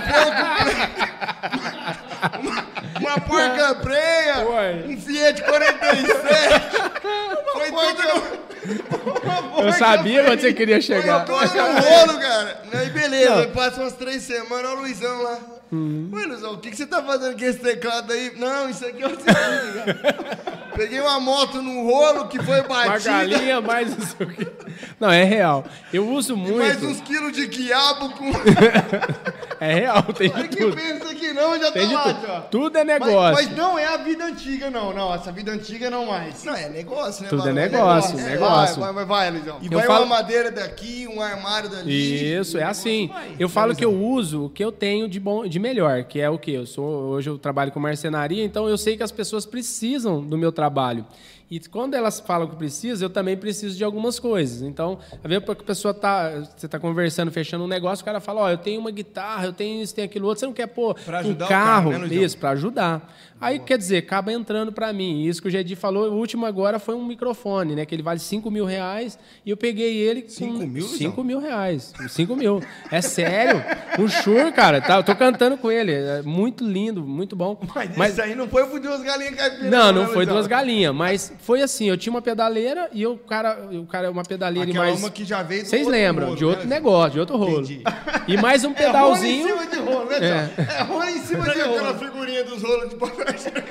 Uma porca preia, Ué. um Fiat quarenta e sete. Foi tudo Eu sabia onde você queria no, chegar. foi tudo no rolo, cara. Aí beleza, Não. passa umas três semanas, olha o Luizão lá. Ué, Luizão, o que, que você tá fazendo com esse teclado aí? Não, isso aqui é o seguinte, cara. Peguei uma moto no rolo que foi Uma batida. galinha, mais não sei o quê. Não, é real. Eu uso E muito. mais uns quilos de quiabo com... É real, tem Ai, de que tudo. pensa aqui não, já Tem tá de lá, tudo. ó. Tudo é Mas, negócio. mas não é a vida antiga, não. Não, essa vida antiga não mais. Não, é negócio, né, Tudo é mano? negócio, É, negócio. Vai, vai, vai, Luizão. E Eu vai falo- uma madeira daqui, um armário dali. Isso, é assim. Eu falo que eu uso o que eu tenho de bom, de melhor, que é o quê? Eu sou, hoje eu trabalho com marcenaria, então eu sei que as pessoas precisam do meu trabalho. E quando elas falam que precisam, eu também preciso de algumas coisas. Então, às vezes a pessoa tá, você tá conversando, fechando um negócio, o cara fala: "Ó, eu tenho uma guitarra, eu tenho isso, tenho aquilo outro, você não quer pôr Pra um ajudar o carro?" cara, né, Luizão? Isso, para ajudar. Aí, quer dizer, acaba entrando para mim. Isso que o Gedi falou, o último agora foi um microfone, né? Que ele vale cinco mil reais. E eu peguei ele com... Cinco mil, Luizão? cinco mil reais. cinco mil. É sério. O Shure, cara, tá, eu tô cantando com ele. É muito lindo, muito bom. Mas, Mas isso aí não foi por duas galinhas caipiras. não, não né, foi Luizão? duas galinhas, mas foi assim, eu tinha uma pedaleira e o cara, o cara uma pedaleira Aquela e mais... uma que já veio do Vocês outro lembram, rolo, de outro né? negócio, de outro rolo. Entendi. E mais um É rolo em pedalzinho... cima de rolo, né, Tiago? É rolo em em cima de Aquela rolo. figurinha dos rolos de papel.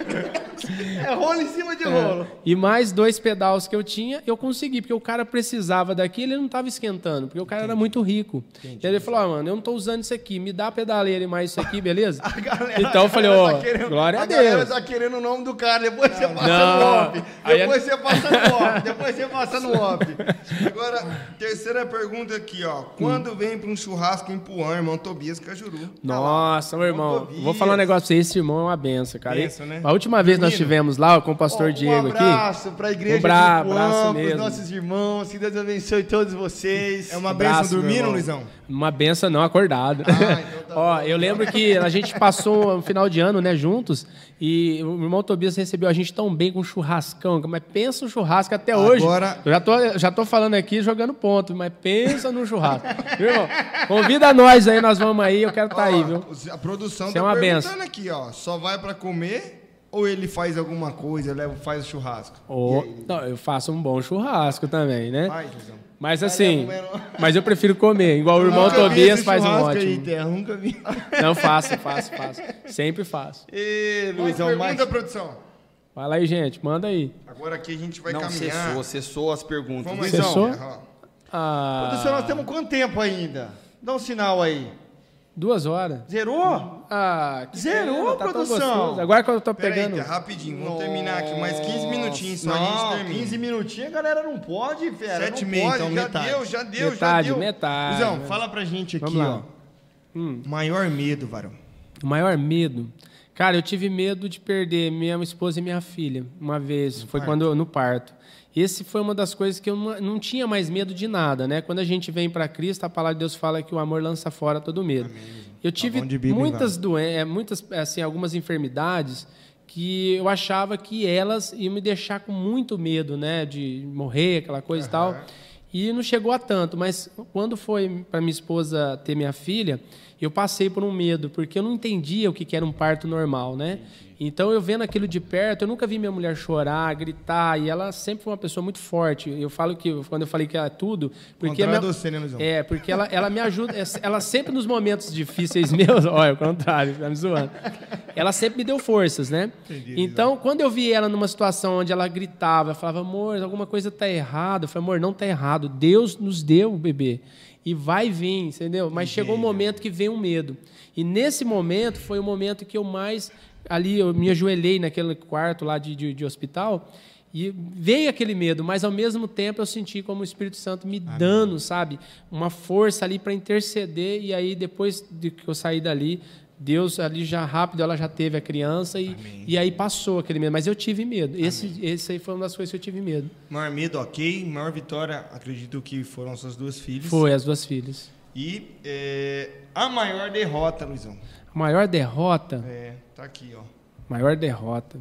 É rolo em cima de rolo. E mais dois pedais que eu tinha, eu consegui, porque o cara precisava daquilo, ele não estava esquentando, porque o cara era muito rico. Entendi. E aí ele falou, ah, mano, eu não estou usando isso aqui, me dá a pedaleira e mais isso aqui, beleza? Galera, então eu falei, ó, oh, glória a, a Deus. A galera tá querendo o nome do cara, depois você passa não. no off. Depois Aí... você passa no off, depois você passa no off. Agora, terceira pergunta aqui, ó. Quando hum. vem para um churrasco em Puã, irmão Tobias Cajuru? Nossa, meu irmão, vou falar um negócio pra você, esse irmão é uma benção, cara. Benção, né? A última vez nós tivemos lá com o pastor oh, Diego aqui. Um abraço para a igreja um bra... de Puã, para os nossos irmãos, que Deus abençoe todos vocês. É uma benção dormindo, Luizão? Uma benção não, acordado. Ah, então tá Ó, eu lembro que a gente passou um final de ano, né, juntos, e o irmão Tobias recebeu a gente tão bem com um churrascão, mas pensa no churrasco até hoje. Agora... Eu já tô, já tô falando aqui, jogando ponto, mas pensa no churrasco. Viu, irmão? Convida nós aí, nós vamos aí, eu quero estar tá aí, viu? A produção Você tá é uma perguntando benção. aqui, ó, só vai pra comer ou ele faz alguma coisa, leva, faz o churrasco? Oh, não, eu faço um bom churrasco também, né? Faz, Luizão. Mas assim, mas eu prefiro comer, igual o irmão Tobias faz um ótimo. Aí, terra, nunca vi. Não, faço, faço, faço. Sempre faço. E, Luizão, pergunta, mais... produção. Fala aí, gente, manda aí. Agora aqui a gente vai Não, caminhar. Cessou, cessou as perguntas. Vamos, Cessou? Luizão. Ah... Produção, nós temos quanto tempo ainda? Dá um sinal aí. Duas horas. Zerou? Ah, que Zerou, pena, tá produção. Agora que eu tô Pera pegando... Aí, rapidinho, vamos Nossa. terminar aqui. Mais quinze minutinhos só não, a gente termina. quinze minutinhos a galera não pode, fera. Sete e não meia, pode. então Já metade. deu, já deu, metade, já deu. Metade, Luizão, né? fala pra gente aqui, Vamos lá. ó. Hum. Maior medo, varão. O maior medo... Cara, eu tive medo de perder minha esposa e minha filha uma vez. No foi parto. quando eu, no parto. Esse foi uma das coisas que eu não, não tinha mais medo de nada, né? Quando a gente vem para Cristo, a palavra de Deus fala que o amor lança fora todo medo. Amém. Eu tive tá Bíblia, muitas doenças, muitas, assim, algumas enfermidades que eu achava que elas iam me deixar com muito medo, né? De morrer, aquela coisa uhum. e tal. E não chegou a tanto, mas quando foi para minha esposa ter minha filha, eu passei por um medo, porque eu não entendia o que era um parto normal, né? Então, eu vendo aquilo de perto, eu nunca vi minha mulher chorar, gritar, e ela sempre foi uma pessoa muito forte. Eu falo que, quando eu falei que ela é tudo... Porque minha, você, né, Luizão? É, porque ela, ela me ajuda, ela sempre nos momentos difíceis meus, olha, o contrário, tá me zoando. Ela sempre me deu forças, né? Entendi, então, quando eu vi ela numa situação onde ela gritava, eu falava, amor, alguma coisa tá errada. Eu falei, amor, não tá errado, Deus nos deu o bebê. E vai vir, entendeu? Mas Entendi. Chegou um momento que veio um medo. E nesse momento, foi o momento que eu mais... Ali eu me ajoelhei naquele quarto lá de, de, de hospital e veio aquele medo, mas ao mesmo tempo eu senti como o Espírito Santo me Amém. Dando, sabe, uma força ali para interceder. E aí depois de que eu saí dali, Deus ali já rápido, ela já teve a criança e, e aí passou aquele medo. Mas eu tive medo. Esse, esse aí foi uma das coisas que eu tive medo. Maior medo, ok. Maior vitória, acredito que foram suas duas filhas. Foi, as duas filhas. E é, a maior derrota, Luizão. A maior derrota? É, tá aqui, ó. Maior derrota.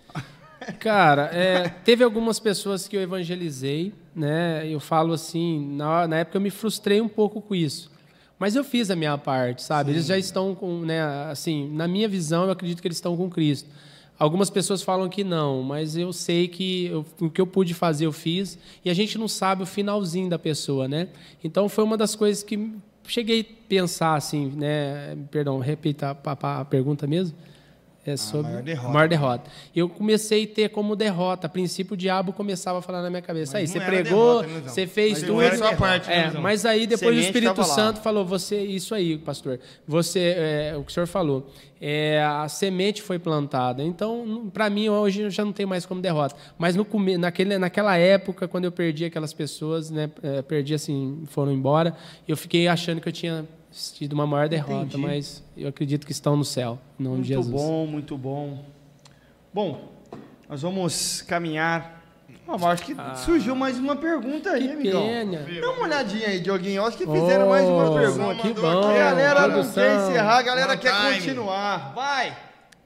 Cara, é, teve algumas pessoas que eu evangelizei, né? Eu falo assim, na, na época eu me frustrei um pouco com isso. Mas eu fiz a minha parte, sabe? Sim. Eles já estão com, né? Assim, na minha visão, eu acredito que eles estão com Cristo. Algumas pessoas falam que não, mas eu sei que eu, o que eu pude fazer, eu fiz. E a gente não sabe o finalzinho da pessoa, né? Então, foi uma das coisas que... Cheguei a pensar assim, né? Perdão, repita a, a, a pergunta mesmo. É sobre a maior derrota. A maior derrota. Eu comecei a ter como derrota. A princípio, o diabo começava a falar na minha cabeça. Mas aí, você pregou, derrota, né, você fez mas tudo. Não era sua parte, é, né, mas aí depois Semente o Espírito Santo falou, você, isso aí, pastor. Você, é, o que o senhor falou, é, a semente foi plantada. Então, para mim, hoje eu já não tenho mais como derrota. Mas no, naquele, naquela época, quando eu perdi aquelas pessoas, né, perdi assim, foram embora, eu fiquei achando que eu tinha tido uma maior derrota, Entendi. Mas eu acredito que estão no céu, em nome de Jesus. Muito bom, muito bom. Bom, nós vamos caminhar. Ah, acho que ah, surgiu mais uma pergunta aí, amigão. Pena. Dá uma olhadinha aí, Dioguinho. Acho que fizeram oh, mais uma pergunta. Que bom. A galera não quer encerrar, a galera quer time. continuar. Vai!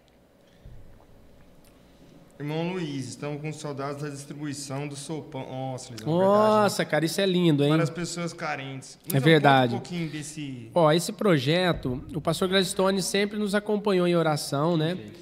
Irmão Luiz, estamos com saudades da distribuição do sopão. Nossa, Luiz, é Nossa, verdade, cara, isso é lindo, hein? Para as pessoas carentes. Luiz, é verdade. Um pouquinho desse... Ó, esse projeto, o pastor Gladstone sempre nos acompanhou em oração, né?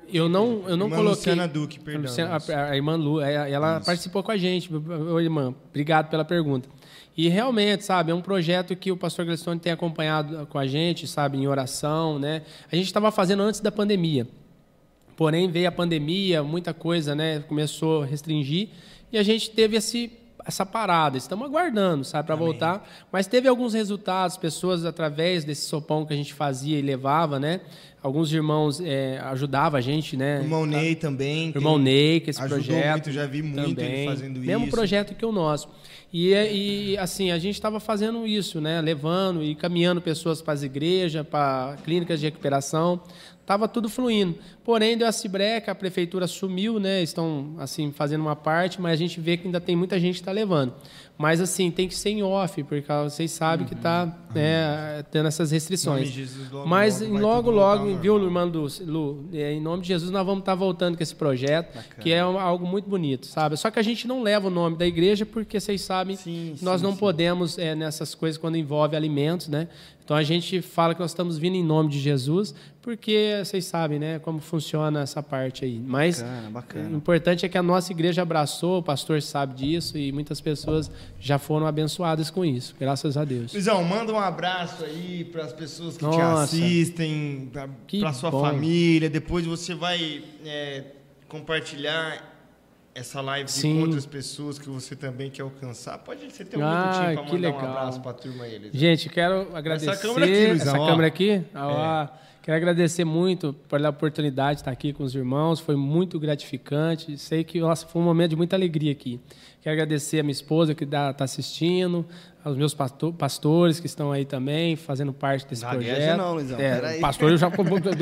Eu não, eu não irmã coloquei... Luciana Duque, perdão. A, Luciana, a, a irmã Lu, ela Isso. participou com a gente. Oi, irmã, obrigado pela pergunta. E realmente, sabe, é um projeto que o pastor Gladstone tem acompanhado com a gente, sabe, em oração, né? A gente estava fazendo antes da pandemia. Porém, veio a pandemia, muita coisa, né, começou a restringir e a gente teve esse, essa parada. Estamos aguardando, sabe, para voltar. Mas teve alguns resultados, pessoas, através desse sopão que a gente fazia e levava, né? Alguns irmãos é, ajudavam a gente, né? O irmão Ney também. O irmão Ney, que esse ajudou projeto. muito, já vi muito também, ele fazendo isso. Mesmo projeto que o nosso. E, e assim, a gente estava fazendo isso, né? Levando e caminhando pessoas para as igrejas, para clínicas de recuperação. Estava tudo fluindo. Porém, deu essa breca, a prefeitura assumiu, né? Estão assim fazendo uma parte, mas a gente vê que ainda tem muita gente que está levando. Mas assim, tem que ser em off, porque vocês sabem uhum. que está né, tendo essas restrições. Jesus, logo, mas logo, logo, logo viu, irmão Lu, em nome de Jesus, nós vamos estar voltando com esse projeto, Bacana. que é algo muito bonito, sabe? Só que a gente não leva o nome da igreja, porque vocês sabem, sim, nós sim, não sim. podemos é, nessas coisas quando envolve alimentos, né? Então a gente fala que nós estamos vindo em nome de Jesus, porque vocês sabem, né, como funciona essa parte aí. Mas bacana, bacana. o importante é que a nossa igreja abraçou, o pastor sabe disso e muitas pessoas já foram abençoadas com isso, graças a Deus. Luizão, manda um abraço aí para as pessoas que Nossa, te assistem, para sua bom. família. Depois você vai é, compartilhar essa live Sim. com outras pessoas que você também quer alcançar. Pode ser ter um ah, minutinho para mandar legal. um abraço para a turma aí. Luizão. Gente, quero agradecer. Essa câmera aqui, Luizão. Essa ó. câmera aqui? Ah, É. ó, quero agradecer muito pela oportunidade de estar aqui com os irmãos. Foi muito gratificante. Sei que nossa, foi um momento de muita alegria aqui. Quero agradecer a minha esposa que está aos aos meus pastores que estão aí também, fazendo parte desse não projeto. Gagueja não, Luizão. É, pastor, eu já...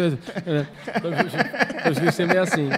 Eu esqueci ser meio assim.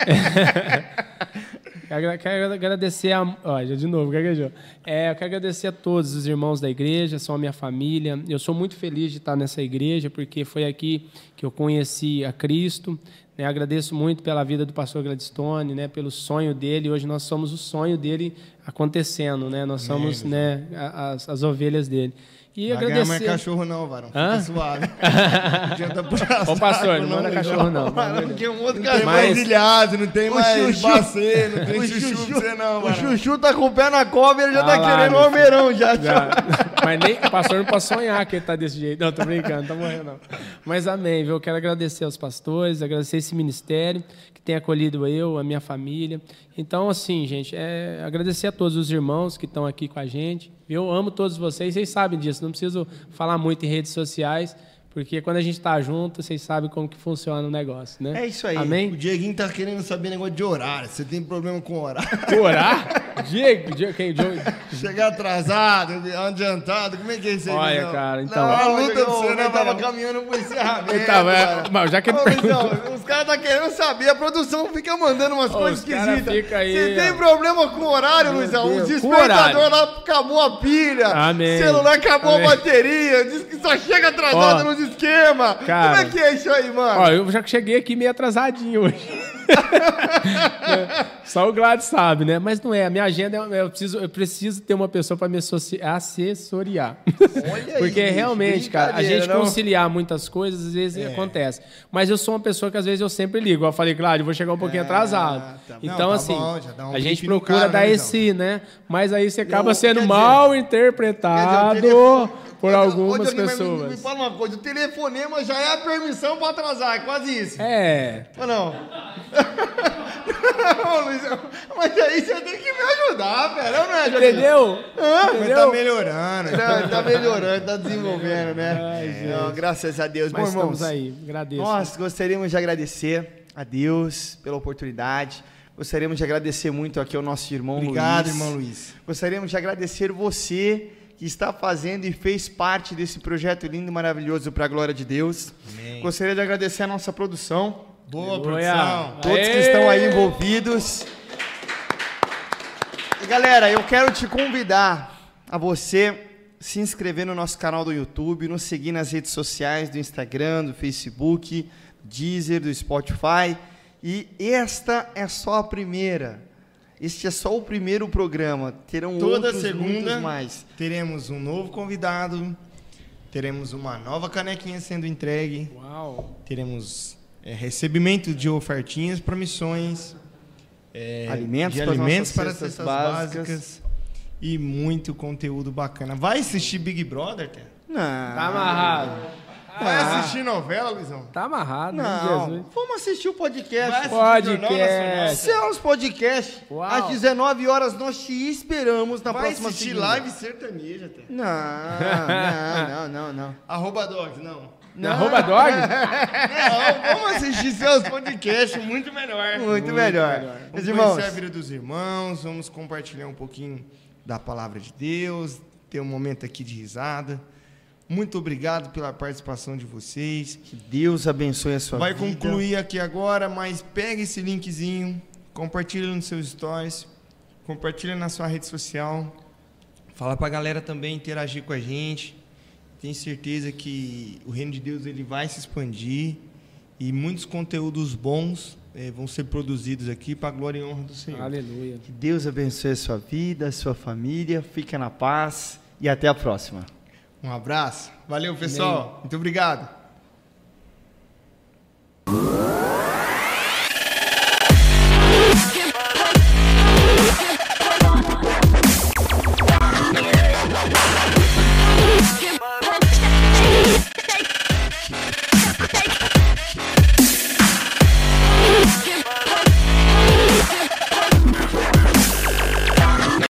Quero agradecer a... Ó, já de novo, gaguejou. É, eu quero agradecer a todos os irmãos da igreja, são a minha família. Eu sou muito feliz de estar nessa igreja, porque foi aqui que eu conheci a Cristo. Né? Agradeço muito pela vida do pastor Gladstone, né? Pelo sonho dele. Hoje nós somos o sonho dele acontecendo, né? Nós somos né, as, as ovelhas dele. E não agradecer... não é cachorro não, varão. Fica Hã? suave. Não adianta puxar Ô, pastor, não não manda cachorro não. Não, porque um outro Não cachorro mais- mais ilhado, não tem O mais chuchu- bacê, não tem o chuchu chuchu- pra você não, O varão. Chuchu tá com o pé na cova e ele já Ah tá lá, querendo o meu almeirão já. Já. Mas nem, o pastor não pode sonhar que ele está desse jeito. Não, tô brincando, tá morrendo não. Mas amém, viu? Eu quero agradecer aos pastores, agradecer esse ministério que tem acolhido eu, a minha família. Então, assim, gente, é agradecer a todos os irmãos que estão aqui com a gente. Eu amo todos vocês, vocês sabem disso, não preciso falar muito em redes sociais, porque quando a gente está junto, vocês sabem como que funciona o negócio, né? É isso aí. O Amém? Dieguinho tá querendo saber negócio de horário. Você tem problema com horário? Orar? Diego, Diego, quem? Diego? Chegar atrasado, adiantado, como é que é isso aí, Olha, Luizão? cara, então- Não, a Não, luta eu- pra você, eu né? Tava tava- caminhando pro encerramento. Eu tava, é, cara. mas já que ele Ô, perguntou. Luizão, os caras tá querendo saber, a produção fica mandando umas Ô, coisas os cara esquisitas. fica aí, Você tem ó. problema com o horário, Luizão? Deus. Os Com despertadores horário. lá acabou a pilha. Amém. Celular acabou Amém. a bateria. Diz que só chega atrasado Ó, nos esquemas. cara. Como é que é isso aí, mano? Ó, eu já cheguei aqui meio atrasadinho hoje. Só o Glad sabe, né? Mas não é. A minha agenda, é- eu preciso, eu preciso ter uma pessoa para me associ- assessoriar. Olha aí, Porque bicho, realmente, cara, a brincadeira, gente não? conciliar muitas coisas, às vezes acontece. Mas eu sou uma pessoa que às vezes eu sempre ligo. Eu falei, Glad, eu vou chegar um pouquinho É, atrasado. tá- Então, não, tá assim, bom, já dá um a gente bip no procura cara, dar né, esse, né? Mas aí você acaba Eu- sendo quer mal dizer, interpretado quer dizer, o telefone- por Ô, algumas Diogo, mas Me, me pessoas. fala uma coisa, o telefonema já é a permissão pra atrasar, é quase isso. É. Ou não? Não, Luizão, mas aí você tem que me ajudar, velho, não é, Diogo? Entendeu? Mas tá Entendeu? melhorando. Não, tá melhorando, tá desenvolvendo, né? Não, graças a Deus. Mas Bom, irmãos, estamos aí. Agradeço. nós gostaríamos de agradecer a Deus pela oportunidade. Gostaríamos de agradecer muito aqui ao nosso irmão Obrigado, Luiz. irmão Luiz. Gostaríamos de agradecer você que está fazendo e fez parte desse projeto lindo e maravilhoso para a glória de Deus. Amém. Gostaria de agradecer a nossa produção, Boa, Aleluia. produção. todos Aê! que estão aí envolvidos. E galera, eu quero te convidar a você se inscrever no nosso canal do YouTube, nos seguir nas redes sociais, do Instagram, do Facebook, do Deezer, do Spotify. E esta é só a primeira. Este é só o primeiro programa. Terão Toda outros segunda muitos mais. teremos um novo convidado, teremos uma nova canequinha sendo entregue, Uau. teremos é, recebimento de ofertinhas para missões, é, alimentos, de para, alimentos para cestas cestas básicas. básicas e muito conteúdo bacana. Vai assistir Big Brother, Té? Não. Tá amarrado. Vai Ah. assistir novela, Luizão? Tá amarrado, né, Não, Jesus? vamos assistir o podcast. Vai assistir Jornal Podcast. Nacional? Céus Podcast. Uau. Às dezenove horas nós te esperamos na Vai próxima assistir segunda. live sertaneja, Té? Não, não, não, não, não. Arroba Dogs, não. Não. Arroba dog? Não, vamos assistir seus podcasts, muito melhor. Muito, melhor. Vamos Meus irmãos, conhecer a vida dos irmãos, vamos compartilhar um pouquinho da palavra de Deus, ter um momento aqui de risada. Muito obrigado pela participação de vocês. que Deus abençoe a sua Vai vida. concluir aqui agora, mas pega esse linkzinho, compartilha nos seus stories, compartilha na sua rede social. Fala pra galera também interagir com a gente. Tenho certeza que o reino de Deus ele vai se expandir e muitos conteúdos bons eh, vão ser produzidos aqui para a glória e honra do Senhor. Aleluia. Que Deus abençoe a sua vida, a sua família. Fica na paz e até a próxima. Um abraço. Valeu, pessoal. Muito obrigado.